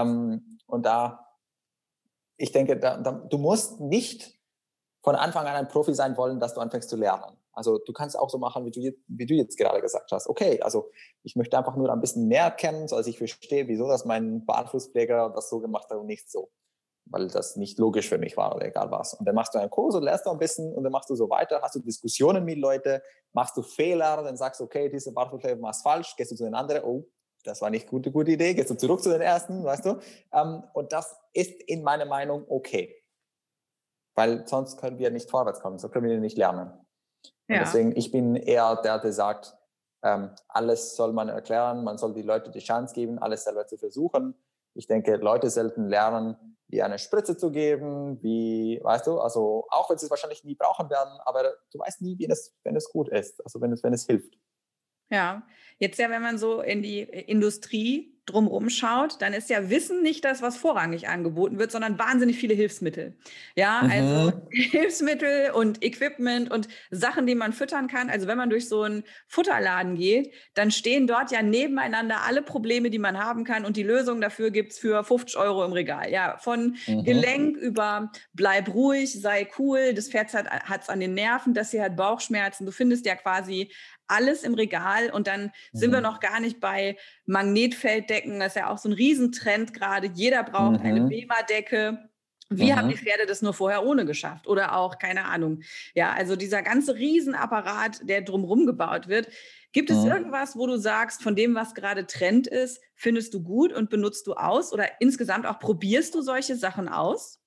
Ich denke, du musst nicht von Anfang an ein Profi sein wollen, dass du anfängst zu lernen. Also du kannst auch so machen, wie du jetzt gerade gesagt hast. Okay, also ich möchte einfach nur ein bisschen mehr kennen, so dass ich verstehe, wieso das mein Barfußpfleger das so gemacht hat und nicht so. Weil das nicht logisch für mich war oder egal was. Und dann machst du einen Kurs und lernst du ein bisschen und dann machst du so weiter, hast du Diskussionen mit Leuten, machst du Fehler, dann sagst du, okay, diese Barfußpfleger machst falsch, gehst du zu den anderen, oh, das war nicht eine gute Idee, gehst du zurück zu den ersten, weißt du. Und das ist in meiner Meinung okay. Weil sonst können wir nicht vorwärts kommen, so können wir nicht lernen. Ja. Und deswegen, ich bin eher der sagt, alles soll man erklären, man soll die Leute die Chance geben, alles selber zu versuchen. Ich denke, Leute sollten lernen, wie eine Spritze zu geben, wie, weißt du, also auch wenn sie es wahrscheinlich nie brauchen werden, aber du weißt nie, wenn es gut ist, also wenn es hilft. Ja, jetzt ja, wenn man so in die Industrie drumherum schaut, dann ist ja Wissen nicht das, was vorrangig angeboten wird, sondern wahnsinnig viele Hilfsmittel. Ja, also Hilfsmittel und Equipment und Sachen, die man füttern kann. Also wenn man durch so einen Futterladen geht, dann stehen dort ja nebeneinander alle Probleme, die man haben kann, und die Lösung dafür gibt's für 50 € im Regal. Ja, von Gelenk über bleib ruhig, sei cool, das Pferd hat's an den Nerven, das hier hat Bauchschmerzen. Du findest ja quasi alles im Regal, und dann sind wir noch gar nicht bei Magnetfelddecken. Das ist ja auch so ein Riesentrend gerade. Jeder braucht eine Bema-Decke. Wie haben die Pferde das nur vorher ohne geschafft? Oder auch, keine Ahnung. Ja, also dieser ganze Riesenapparat, der drumherum gebaut wird. Gibt es irgendwas, wo du sagst, von dem, was gerade Trend ist, findest du gut und benutzt du aus? Oder insgesamt auch probierst du solche Sachen aus?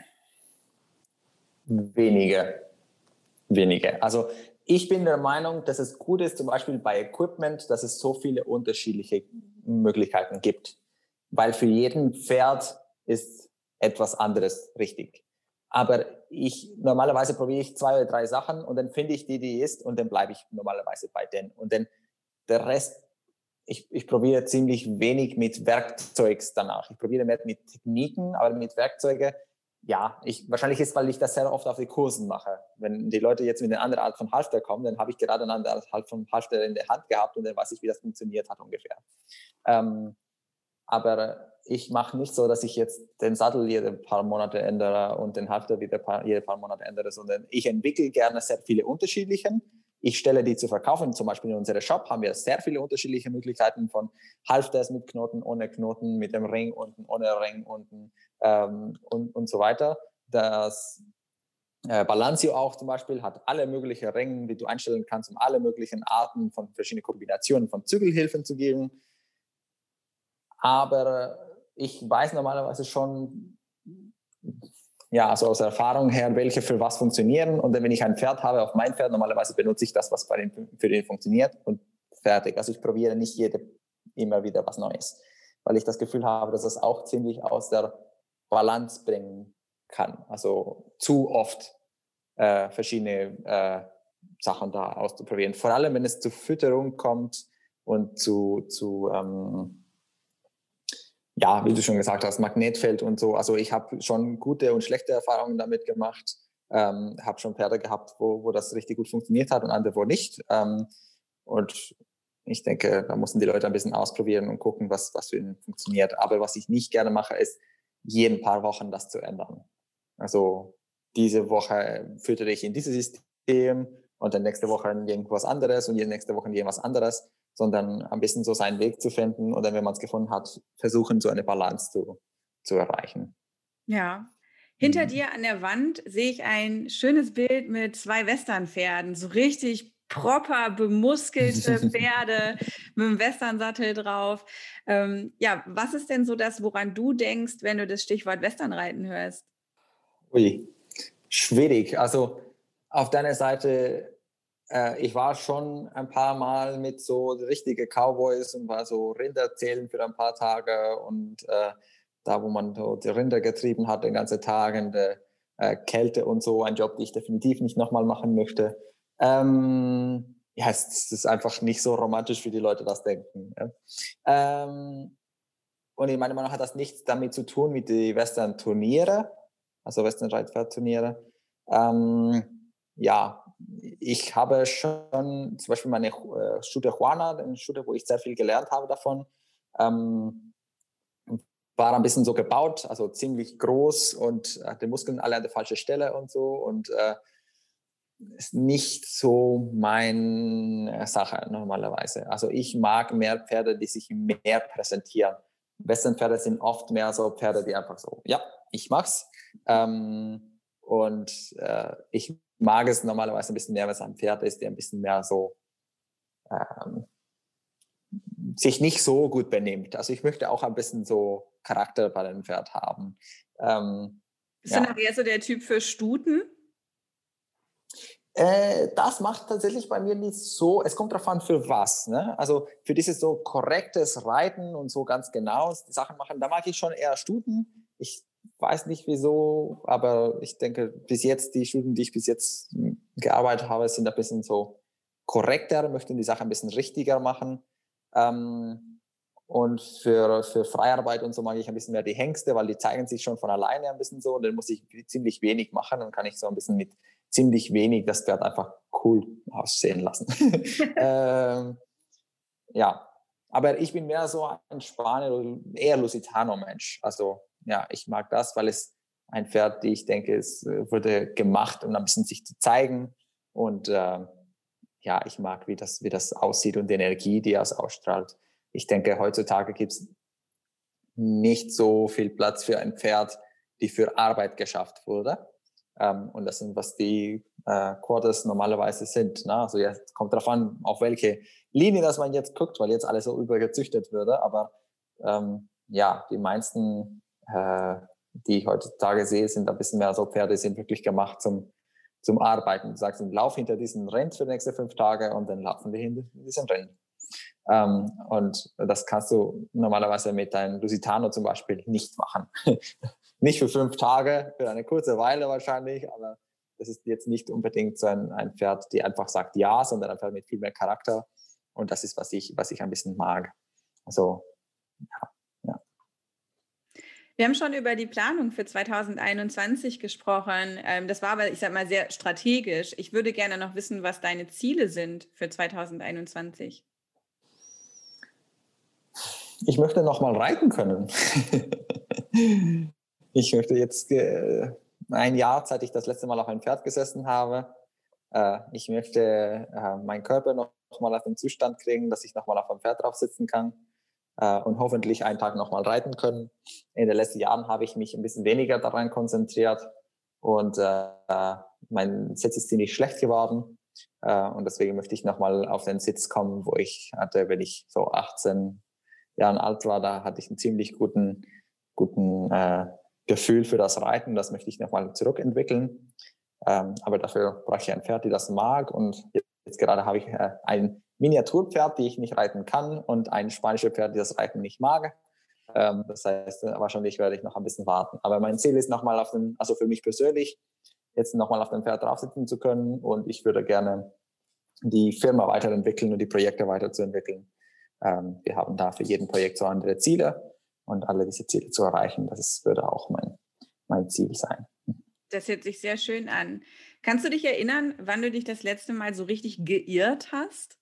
Wenige. Also ich bin der Meinung, dass es gut ist, zum Beispiel bei Equipment, dass es so viele unterschiedliche Möglichkeiten gibt. Weil für jeden Pferd ist etwas anderes richtig. Aber normalerweise probiere ich 2 oder 3 Sachen und dann finde ich die ist, und dann bleibe ich normalerweise bei denen. Und dann der Rest, ich probiere ziemlich wenig mit Werkzeugs danach. Ich probiere mehr mit Techniken, aber mit Werkzeugen, ja, wahrscheinlich ist, weil ich das sehr oft auf die Kursen mache. Wenn die Leute jetzt mit einer anderen Art von Halfter kommen, dann habe ich gerade eine andere Art von Halfter in der Hand gehabt und dann weiß ich, wie das funktioniert hat ungefähr. Aber ich mache nicht so, dass ich jetzt den Sattel jede paar Monate ändere und den Halfter wieder jede paar Monate ändere, sondern ich entwickle gerne sehr viele unterschiedlichen. Ich stelle die zu verkaufen. Zum Beispiel in unserem Shop haben wir sehr viele unterschiedliche Möglichkeiten von Halfters mit Knoten, ohne Knoten, mit dem Ring unten, ohne Ring unten und so weiter. Das Balanceo auch zum Beispiel hat alle möglichen Ringe, die du einstellen kannst, um alle möglichen Arten von verschiedenen Kombinationen von Zügelhilfen zu geben. Aber ich weiß normalerweise schon, ja, also aus Erfahrung her, welche für was funktionieren. Und wenn ich ein Pferd habe, auf mein Pferd, normalerweise benutze ich das, was für den funktioniert, und fertig. Also ich probiere nicht immer wieder was Neues, weil ich das Gefühl habe, dass das auch ziemlich aus der Balance bringen kann. Also zu oft verschiedene Sachen da auszuprobieren. Vor allem, wenn es zu Fütterung kommt und ja, wie du schon gesagt hast, Magnetfeld und so. Also ich habe schon gute und schlechte Erfahrungen damit gemacht. Habe schon Pferde gehabt, wo das richtig gut funktioniert hat und andere, wo nicht. Und ich denke, da müssen die Leute ein bisschen ausprobieren und gucken, was für ihnen funktioniert. Aber was ich nicht gerne mache, ist, jeden paar Wochen das zu ändern. Also diese Woche füttere ich in dieses System und dann nächste Woche irgendwas anderes und nächste Woche irgendwas anderes, sondern ein bisschen so seinen Weg zu finden und dann, wenn man es gefunden hat, versuchen, so eine Balance zu erreichen. Ja. Hinter dir an der Wand sehe ich ein schönes Bild mit 2 Westernpferden, so richtig proper bemuskelte Pferde mit dem Westernsattel drauf. Ja, was ist denn so das, woran du denkst, wenn du das Stichwort Westernreiten hörst? Ui, schwierig. Also auf deiner Seite, ich war schon ein paar Mal mit so richtige Cowboys und war so Rinder zählen für ein paar Tage und da, wo man so die Rinder getrieben hat den ganzen Tag in der Kälte und so, ein Job, den ich definitiv nicht nochmal machen möchte. Ja, es ist einfach nicht so romantisch, wie die Leute das denken. Ja. Und in meiner Meinung hat das nichts damit zu tun mit den Western-Turniere, also Western-Reitpferd-Turniere. Ja, ich habe schon zum Beispiel meine Stute Juana, eine Stute, wo ich sehr viel gelernt habe davon, war ein bisschen so gebaut, also ziemlich groß und hatte Muskeln alle an der falschen Stelle und so und ist nicht so meine Sache normalerweise. Also ich mag mehr Pferde, die sich mehr präsentieren. Westernpferde sind oft mehr so Pferde, die einfach so, ja, ich mach's. Ich mag es normalerweise ein bisschen mehr, wenn es ein Pferd ist, der ein bisschen mehr so sich nicht so gut benimmt. Also ich möchte auch ein bisschen so Charakter bei dem Pferd haben. Bist du nachher so der Typ für Stuten? Das macht tatsächlich bei mir nicht so, es kommt darauf an, für was. Ne? Also für dieses so korrektes Reiten und so ganz genau die Sachen machen, da mag ich schon eher Stuten. Ich weiß nicht wieso, aber ich denke, bis jetzt, die Stuten, die ich bis jetzt gearbeitet habe, sind ein bisschen so korrekter, möchten die Sache ein bisschen richtiger machen. Und für Freiarbeit und so mag ich ein bisschen mehr die Hengste, weil die zeigen sich schon von alleine ein bisschen so und dann muss ich ziemlich wenig machen und kann ich so ein bisschen mit ziemlich wenig das Pferd einfach cool aussehen lassen. Ja, aber ich bin mehr so ein Spanier, eher Lusitano-Mensch. Also ja, ich mag das, weil es ein Pferd, die ich denke, es wurde gemacht, um ein bisschen sich zu zeigen und ja, ich mag, wie das aussieht und die Energie, die es ausstrahlt. Ich denke, heutzutage gibt es nicht so viel Platz für ein Pferd, die für Arbeit geschafft wurde. Und das sind, was die Quarters normalerweise sind. Ne? Also jetzt kommt darauf an, auf welche Linie das man jetzt guckt, weil jetzt alles so übergezüchtet würde. Aber ja, die meisten, die ich heutzutage sehe, sind ein bisschen mehr so Pferde, die sind wirklich gemacht zum Arbeiten. Du sagst, lauf hinter diesen Rennen für die nächsten 5 Tage und dann laufen die hinter diesen Rennen. Und das kannst du normalerweise mit deinem Lusitano zum Beispiel nicht machen. Nicht für 5 Tage, für eine kurze Weile wahrscheinlich, aber das ist jetzt nicht unbedingt so ein Pferd, die einfach sagt ja, sondern ein Pferd mit viel mehr Charakter. Und das ist, was ich ein bisschen mag. Also, ja. Wir haben schon über die Planung für 2021 gesprochen. Das war aber, ich sag mal, sehr strategisch. Ich würde gerne noch wissen, was deine Ziele sind für 2021. Ich möchte noch mal reiten können. Ich möchte jetzt ein Jahr, seit ich das letzte Mal auf ein Pferd gesessen habe, ich möchte meinen Körper noch mal auf den Zustand kriegen, dass ich noch mal auf einem Pferd drauf sitzen kann und hoffentlich einen Tag noch mal reiten können. In den letzten Jahren habe ich mich ein bisschen weniger daran konzentriert und mein Sitz ist ziemlich schlecht geworden und deswegen möchte ich noch mal auf den Sitz kommen, wo ich hatte, wenn ich so 18 Jahren alt war, da hatte ich einen ziemlich guten Gefühl für das Reiten. Das möchte ich nochmal zurückentwickeln. Aber dafür brauche ich ein Pferd, die das mag. Und jetzt gerade habe ich ein Miniaturpferd, die ich nicht reiten kann und ein spanisches Pferd, die das Reiten nicht mag. Das heißt, wahrscheinlich werde ich noch ein bisschen warten. Aber mein Ziel ist nochmal also für mich persönlich, jetzt nochmal auf dem Pferd drauf sitzen zu können. Und ich würde gerne die Firma weiterentwickeln und die Projekte weiterzuentwickeln. Wir haben da für jeden Projekt so andere Ziele und alle diese Ziele zu erreichen, würde auch mein Ziel sein. Das hört sich sehr schön an. Kannst du dich erinnern, wann du dich das letzte Mal so richtig geirrt hast?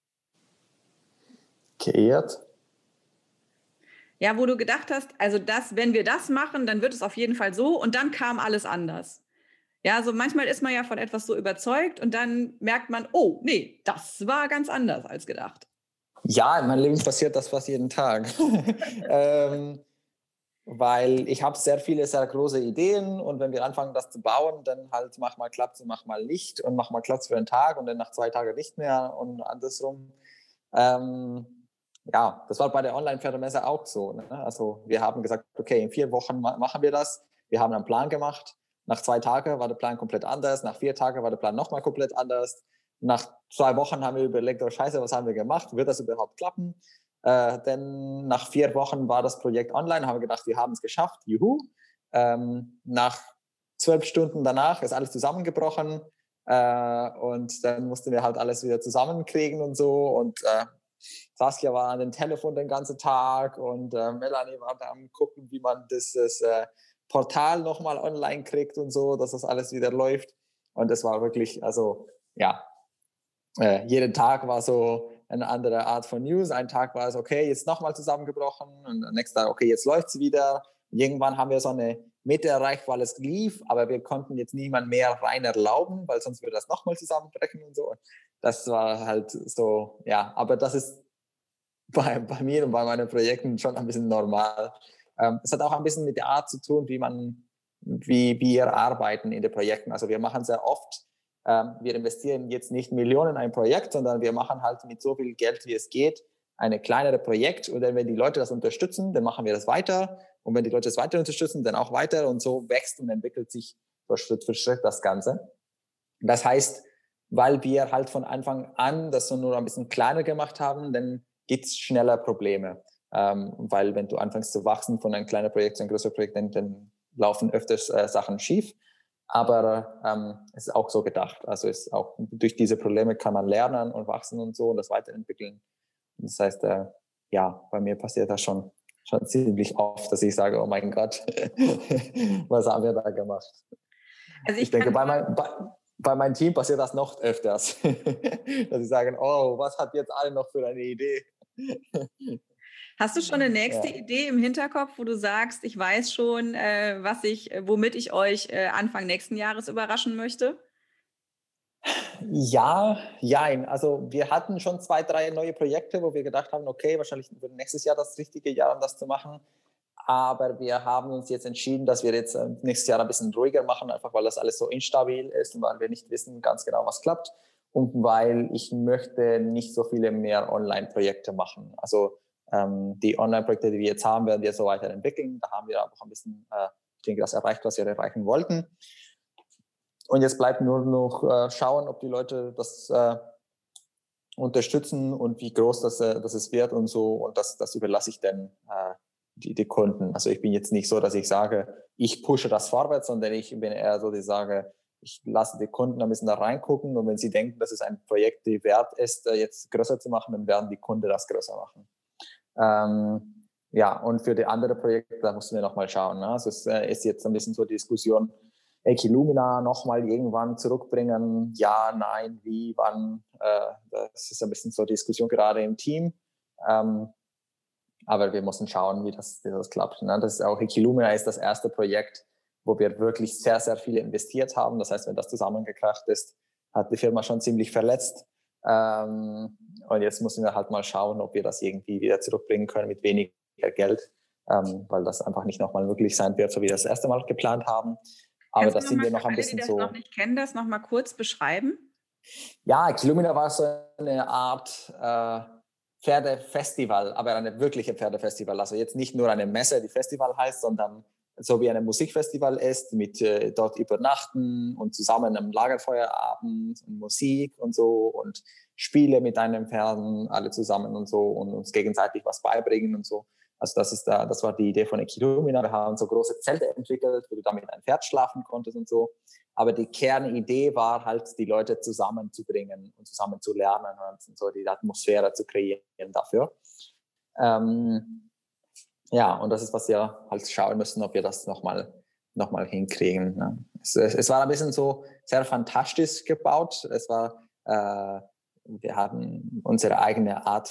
Geirrt? Ja, wo du gedacht hast, also wenn wir das machen, dann wird es auf jeden Fall so und dann kam alles anders. Ja, so manchmal ist man ja von etwas so überzeugt und dann merkt man, oh, nee, das war ganz anders als gedacht. Ja, in meinem Leben passiert das fast jeden Tag. Weil ich habe sehr viele, sehr große Ideen und wenn wir anfangen, das zu bauen, dann halt mach mal klappt und mach mal nicht und mach mal klappt für einen Tag und dann nach 2 Tagen nicht mehr und andersrum. Ja, das war bei der Online-Pferdemesse auch so. Ne? Also wir haben gesagt, okay, in 4 Wochen machen wir das. Wir haben einen Plan gemacht. Nach 2 Tagen war der Plan komplett anders. Nach 4 Tagen war der Plan nochmal komplett anders. Nach 2 Wochen haben wir überlegt, oh Scheiße, was haben wir gemacht? Wird das überhaupt klappen? Denn nach 4 Wochen war das Projekt online, haben wir gedacht, wir haben es geschafft, juhu. Nach 12 Stunden danach ist alles zusammengebrochen und dann mussten wir halt alles wieder zusammenkriegen und so und Saskia war an dem Telefon den ganzen Tag und Melanie war da am gucken, wie man das Portal nochmal online kriegt und so, dass das alles wieder läuft und es war wirklich, also ja, jeden Tag war so eine andere Art von News. Ein Tag war es, okay, jetzt nochmal zusammengebrochen und am nächsten Tag, okay, jetzt läuft es wieder. Irgendwann haben wir so eine Mitte erreicht, weil es lief, aber wir konnten jetzt niemand mehr rein erlauben, weil sonst würde das nochmal zusammenbrechen und so. Das war halt so, ja, aber das ist bei mir und bei meinen Projekten schon ein bisschen normal. Es hat auch ein bisschen mit der Art zu tun, wie wir arbeiten in den Projekten. Also wir machen sehr oft, wir investieren jetzt nicht Millionen in ein Projekt, sondern wir machen halt mit so viel Geld, wie es geht, ein kleinere Projekt und dann, wenn die Leute das unterstützen, dann machen wir das weiter und wenn die Leute das weiter unterstützen, dann auch weiter und so wächst und entwickelt sich so Schritt für Schritt das Ganze. Das heißt, weil wir halt von Anfang an das so nur ein bisschen kleiner gemacht haben, dann gibt es schneller Probleme. Weil wenn du anfängst zu wachsen von einem kleinen Projekt zu einem größeren Projekt, dann laufen öfters Sachen schief. Aber es ist auch so gedacht. Also ist auch durch diese Probleme kann man lernen und wachsen und so und das weiterentwickeln. Das heißt, ja, bei mir passiert das schon ziemlich oft, dass ich sage, oh mein Gott, was haben wir da gemacht? Also ich denke, bei meinem Team passiert das noch öfters, dass sie sagen, oh, was hat jetzt alle noch für eine Idee? Hast du schon eine nächste Idee im Hinterkopf, wo du sagst, ich weiß schon, womit ich euch Anfang nächsten Jahres überraschen möchte? Ja, also wir hatten schon 2, 3 neue Projekte, wo wir gedacht haben, okay, wahrscheinlich wird nächstes Jahr das richtige Jahr, um das zu machen. Aber wir haben uns jetzt entschieden, dass wir jetzt nächstes Jahr ein bisschen ruhiger machen, einfach weil das alles so instabil ist und weil wir nicht wissen ganz genau, was klappt. Und weil ich möchte nicht so viele mehr Online-Projekte machen. Also die Online-Projekte, die wir jetzt haben, werden wir so weiterentwickeln. Da haben wir auch ein bisschen, ich denke, das erreicht, was wir erreichen wollten. Und jetzt bleibt nur noch schauen, ob die Leute das unterstützen und wie groß das es wird und so. Und das überlasse ich dann die Kunden. Also ich bin jetzt nicht so, dass ich sage, ich pushe das vorwärts, sondern ich bin eher so, dass ich sage, ich lasse die Kunden ein bisschen da reingucken und wenn sie denken, dass es ein Projekt die wert ist, jetzt größer zu machen, dann werden die Kunden das größer machen. Ja, und für die anderen Projekte, da mussten wir nochmal schauen. Ne? Also es ist jetzt ein bisschen so die Diskussion, Ecilumina nochmal irgendwann zurückbringen, ja, nein, wie, wann, das ist ein bisschen so Diskussion gerade im Team. Aber wir müssen schauen, wie das klappt. Ne? Das ist auch Ecilumina ist das erste Projekt, wo wir wirklich sehr, sehr viel investiert haben. Das heißt, wenn das zusammengekracht ist, hat die Firma schon ziemlich verletzt. Und jetzt müssen wir halt mal schauen, ob wir das irgendwie wieder zurückbringen können mit weniger Geld, weil das einfach nicht nochmal möglich sein wird, so wie wir das erste Mal geplant haben. Aber das sind wir noch ein bisschen so. Die das noch nicht kennen, das noch mal kurz beschreiben? Ja, Ecilumina war so eine Art Pferdefestival, aber eine wirkliche Pferdefestival. Also jetzt nicht nur eine Messe, die Festival heißt, sondern so wie ein Musikfestival ist, mit dort übernachten und zusammen am Lagerfeuerabend und Musik und so und Spiele mit einem Pferden, alle zusammen und so und uns gegenseitig was beibringen und so. Also das war die Idee von Ecilumina. Wir haben so große Zelte entwickelt, wo du damit ein Pferd schlafen konntest und so. Aber die Kernidee war halt, die Leute zusammenzubringen und zusammen zu lernen und so die Atmosphäre zu kreieren dafür. Ja, und das ist, was wir halt schauen müssen, ob wir das nochmal hinkriegen. Ne? Es war ein bisschen so sehr fantastisch gebaut. Es war, wir hatten unsere eigene Art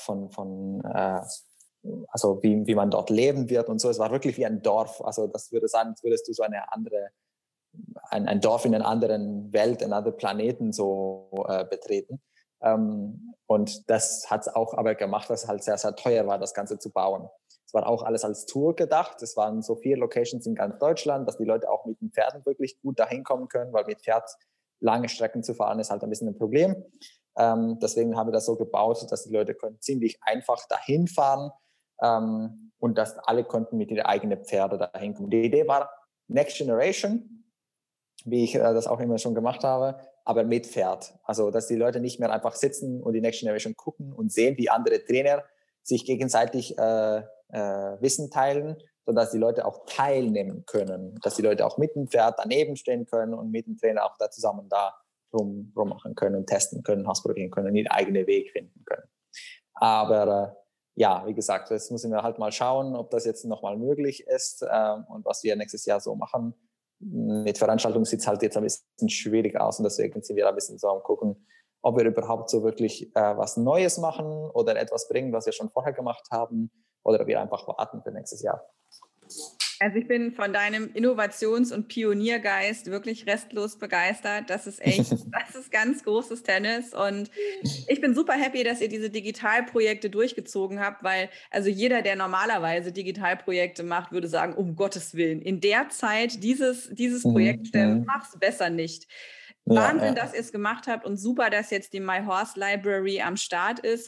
also wie man dort leben wird und so. Es war wirklich wie ein Dorf. Also das würde sagen, als würdest du so ein Dorf in einer anderen Welt, in einem anderen Planeten so betreten. Und das hat es auch aber gemacht, dass es halt sehr, sehr teuer war, das Ganze zu bauen. Es war auch alles als Tour gedacht. Es waren so 4 Locations in ganz Deutschland, dass die Leute auch mit den Pferden wirklich gut dahin kommen können, weil mit Pferd lange Strecken zu fahren ist halt ein bisschen ein Problem. Deswegen haben wir das so gebaut, dass die Leute können ziemlich einfach dahin fahren und dass alle konnten mit ihren eigenen Pferde dahin kommen. Die Idee war Next Generation, wie ich das auch immer schon gemacht habe, aber mit Pferd. Also dass die Leute nicht mehr einfach sitzen und die Next Generation gucken und sehen, wie andere Trainer sich gegenseitig Wissen teilen, sondern dass die Leute auch teilnehmen können, dass die Leute auch mit dem Pferd daneben stehen können und mit dem Trainer auch da zusammen rummachen können und testen können, ausprobieren können und ihren eigenen Weg finden können. Aber ja, wie gesagt, jetzt müssen wir halt mal schauen, ob das jetzt nochmal möglich ist und was wir nächstes Jahr so machen. Mit Veranstaltungen sieht es halt jetzt ein bisschen schwierig aus und deswegen sind wir ein bisschen so am gucken, ob wir überhaupt so wirklich was Neues machen oder etwas bringen, was wir schon vorher gemacht haben, oder ob wir einfach warten für nächstes Jahr. Also ich bin von deinem Innovations- und Pioniergeist wirklich restlos begeistert. Das ist ganz großes Tennis und ich bin super happy, dass ihr diese Digitalprojekte durchgezogen habt, weil also jeder, der normalerweise Digitalprojekte macht, würde sagen, um Gottes Willen, in der Zeit dieses Projekt stellen, mach's besser nicht. Wahnsinn, dass ihr es gemacht habt und super, dass jetzt die My Horse Library am Start ist.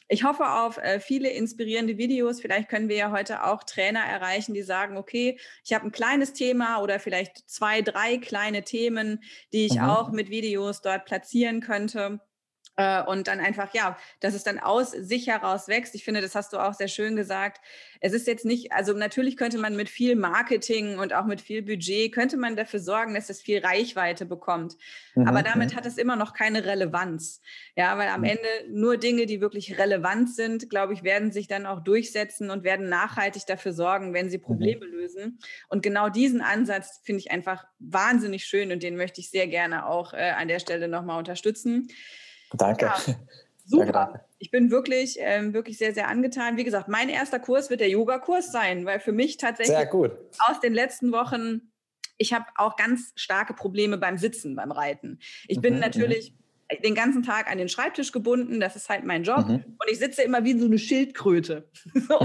Ich hoffe auf viele inspirierende Videos. Vielleicht können wir ja heute auch Trainer erreichen, die sagen, okay, ich habe ein kleines Thema oder vielleicht 2, 3 kleine Themen, die ich auch mit Videos dort platzieren könnte. Und dann einfach, ja, dass es dann aus sich heraus wächst. Ich finde, das hast du auch sehr schön gesagt. Es ist jetzt nicht, also natürlich könnte man mit viel Marketing und auch mit viel Budget, könnte man dafür sorgen, dass es viel Reichweite bekommt. Aber damit hat es immer noch keine Relevanz. Ja, weil am Ende nur Dinge, die wirklich relevant sind, glaube ich, werden sich dann auch durchsetzen und werden nachhaltig dafür sorgen, wenn sie Probleme lösen. Und genau diesen Ansatz finde ich einfach wahnsinnig schön und den möchte ich sehr gerne auch an der Stelle nochmal unterstützen. Danke. Ja, super. Danke. Ich bin wirklich, wirklich sehr, sehr angetan. Wie gesagt, mein erster Kurs wird der Yoga-Kurs sein, weil für mich tatsächlich sehr gut. aus den letzten Wochen, ich habe auch ganz starke Probleme beim Sitzen, beim Reiten. Ich bin natürlich den ganzen Tag an den Schreibtisch gebunden, das ist halt mein Job und ich sitze immer wie so eine Schildkröte. So.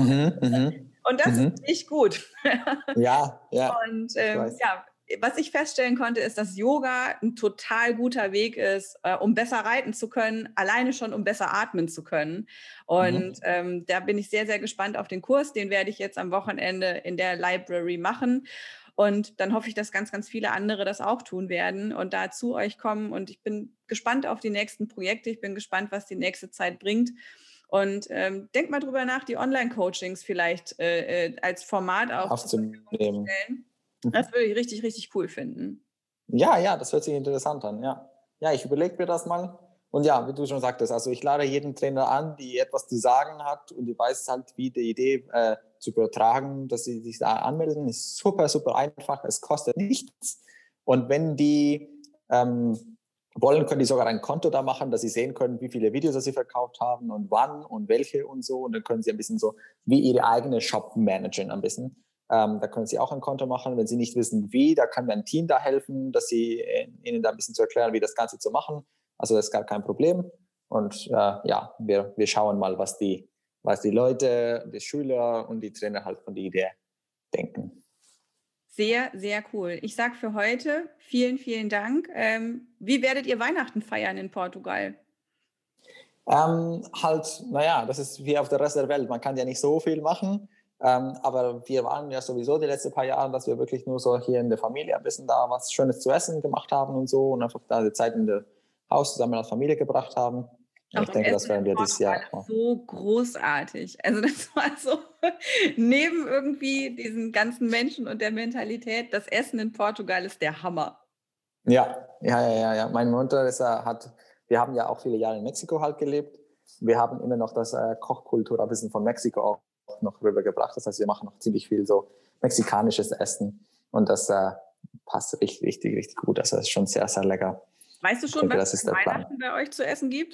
Und das ist nicht gut. Ja. Und ja, was ich feststellen konnte, ist, dass Yoga ein total guter Weg ist, um besser reiten zu können, alleine schon, um besser atmen zu können. Und da bin ich sehr, sehr gespannt auf den Kurs. Den werde ich jetzt am Wochenende in der Library machen. Und dann hoffe ich, dass ganz, ganz viele andere das auch tun werden und da zu euch kommen. Und ich bin gespannt auf die nächsten Projekte. Ich bin gespannt, was die nächste Zeit bringt. Und denkt mal drüber nach, die Online-Coachings vielleicht als Format auch aufzunehmen. Das würde ich richtig, richtig cool finden. Ja, das hört sich interessant an, ja. Ja, ich überlege mir das mal. Und ja, wie du schon sagtest, also ich lade jeden Trainer an, die etwas zu sagen hat und die weiß halt, wie die Idee zu übertragen, dass sie sich da anmelden. Ist super, super einfach, es kostet nichts. Und wenn die wollen, können die sogar ein Konto da machen, dass sie sehen können, wie viele Videos sie verkauft haben und wann und welche und so. Und dann können sie ein bisschen so wie ihre eigene Shop managen ein bisschen. Da können Sie auch ein Konto machen. Wenn Sie nicht wissen, wie, da kann mir ein Team da helfen, dass Sie Ihnen da ein bisschen zu erklären, wie das Ganze zu machen. Also das ist gar kein Problem. Und ja, wir schauen mal, was die Leute, die Schüler und die Trainer halt von der Idee denken. Sehr, sehr cool. Ich sage für heute vielen, vielen Dank. Wie werdet ihr Weihnachten feiern in Portugal? Das ist wie auf der Rest der Welt. Man kann ja nicht so viel machen. Aber wir waren ja sowieso die letzten paar Jahre, dass wir wirklich nur so hier in der Familie ein bisschen da was Schönes zu essen gemacht haben und so und einfach da die Zeit in der Haus zusammen als Familie gebracht haben. Auch ich denke, das werden wir dieses Jahr auch. So großartig. Also das war so, neben irgendwie diesen ganzen Menschen und der Mentalität, das Essen in Portugal ist der Hammer. Ja. Meine Mutter wir haben ja auch viele Jahre in Mexiko halt gelebt. Wir haben immer noch das Kochkultur ein bisschen von Mexiko auch noch rübergebracht. Das heißt, wir machen noch ziemlich viel so mexikanisches Essen und das passt richtig, richtig, richtig gut. Also das ist schon sehr, sehr lecker. Weißt du schon, was es Weihnachten bei euch zu essen gibt?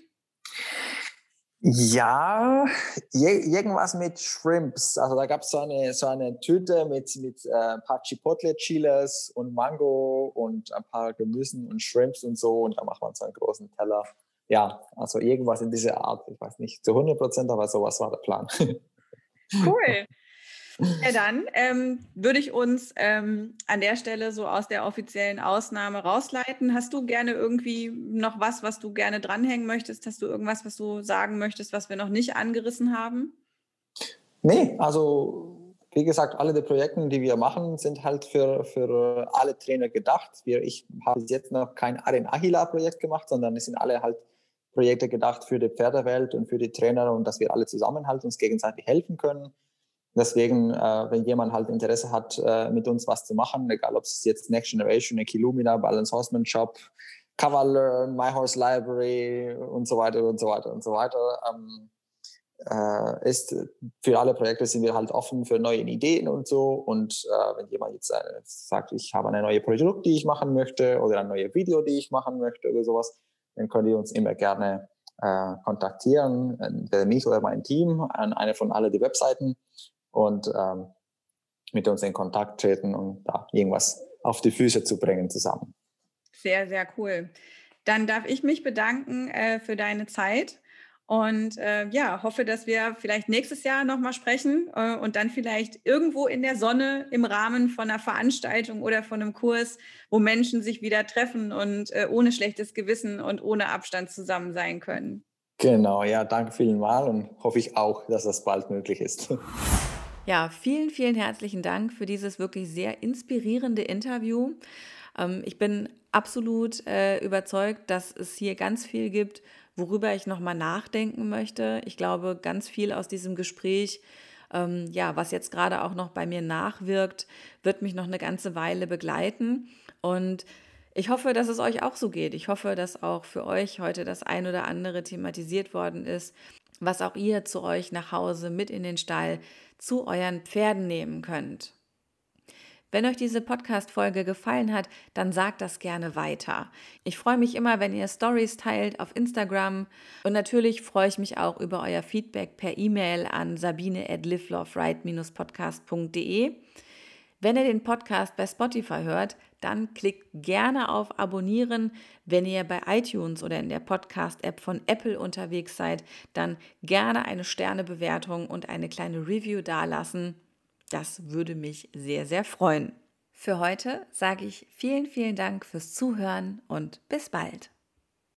Ja, irgendwas mit Shrimps. Also da gab es so eine Tüte mit ein paar Chipotle-Chiles und Mango und ein paar Gemüsen und Shrimps und so und da macht man so einen großen Teller. Ja, also irgendwas in dieser Art. Ich weiß nicht zu 100%, aber sowas war der Plan. Cool. Ja, dann würde ich uns an der Stelle so aus der offiziellen Ausnahme rausleiten. Hast du gerne irgendwie noch was du gerne dranhängen möchtest? Hast du irgendwas, was du sagen möchtest, was wir noch nicht angerissen haben? Nee, also wie gesagt, alle die Projekte, die wir machen, sind halt für alle Trainer gedacht. Ich habe jetzt noch kein Aren Ahila-Projekt gemacht, sondern es sind alle halt Projekte gedacht für die Pferdewelt und für die Trainer und dass wir alle zusammen halt uns gegenseitig helfen können. Deswegen, wenn jemand halt Interesse hat, mit uns was zu machen, egal ob es jetzt Next Generation, Equilumina, Balance Horseman Shop, Cavalearn, My Horse Library und so weiter und so weiter und so weiter, ist für alle Projekte sind wir halt offen für neue Ideen und so. Und wenn jemand jetzt sagt, ich habe eine neue Produkt, die ich machen möchte oder ein neues Video, die ich machen möchte oder sowas, dann könnt ihr uns immer gerne kontaktieren, entweder mich oder mein Team, an eine von alle die Webseiten und mit uns in Kontakt treten und da irgendwas auf die Füße zu bringen zusammen. Sehr, sehr cool. Dann darf ich mich bedanken für deine Zeit und hoffe, dass wir vielleicht nächstes Jahr nochmal sprechen und dann vielleicht irgendwo in der Sonne im Rahmen von einer Veranstaltung oder von einem Kurs, wo Menschen sich wieder treffen und ohne schlechtes Gewissen und ohne Abstand zusammen sein können. Genau, ja, danke vielmals und hoffe ich auch, dass das bald möglich ist. Ja, vielen, vielen herzlichen Dank für dieses wirklich sehr inspirierende Interview. Ich bin absolut überzeugt, dass es hier ganz viel gibt, worüber ich nochmal nachdenken möchte. Ich glaube, ganz viel aus diesem Gespräch, ja, was jetzt gerade auch noch bei mir nachwirkt, wird mich noch eine ganze Weile begleiten. Und ich hoffe, dass es euch auch so geht. Ich hoffe, dass auch für euch heute das ein oder andere thematisiert worden ist, was auch ihr zu euch nach Hause mit in den Stall zu euren Pferden nehmen könnt. Wenn euch diese Podcast-Folge gefallen hat, dann sagt das gerne weiter. Ich freue mich immer, wenn ihr Stories teilt auf Instagram und natürlich freue ich mich auch über euer Feedback per E-Mail an sabine@liveloveright-podcast.de. Wenn ihr den Podcast bei Spotify hört, dann klickt gerne auf Abonnieren. Wenn ihr bei iTunes oder in der Podcast-App von Apple unterwegs seid, dann gerne eine Sternebewertung und eine kleine Review dalassen. Das würde mich sehr, sehr freuen. Für heute sage ich vielen, vielen Dank fürs Zuhören und bis bald.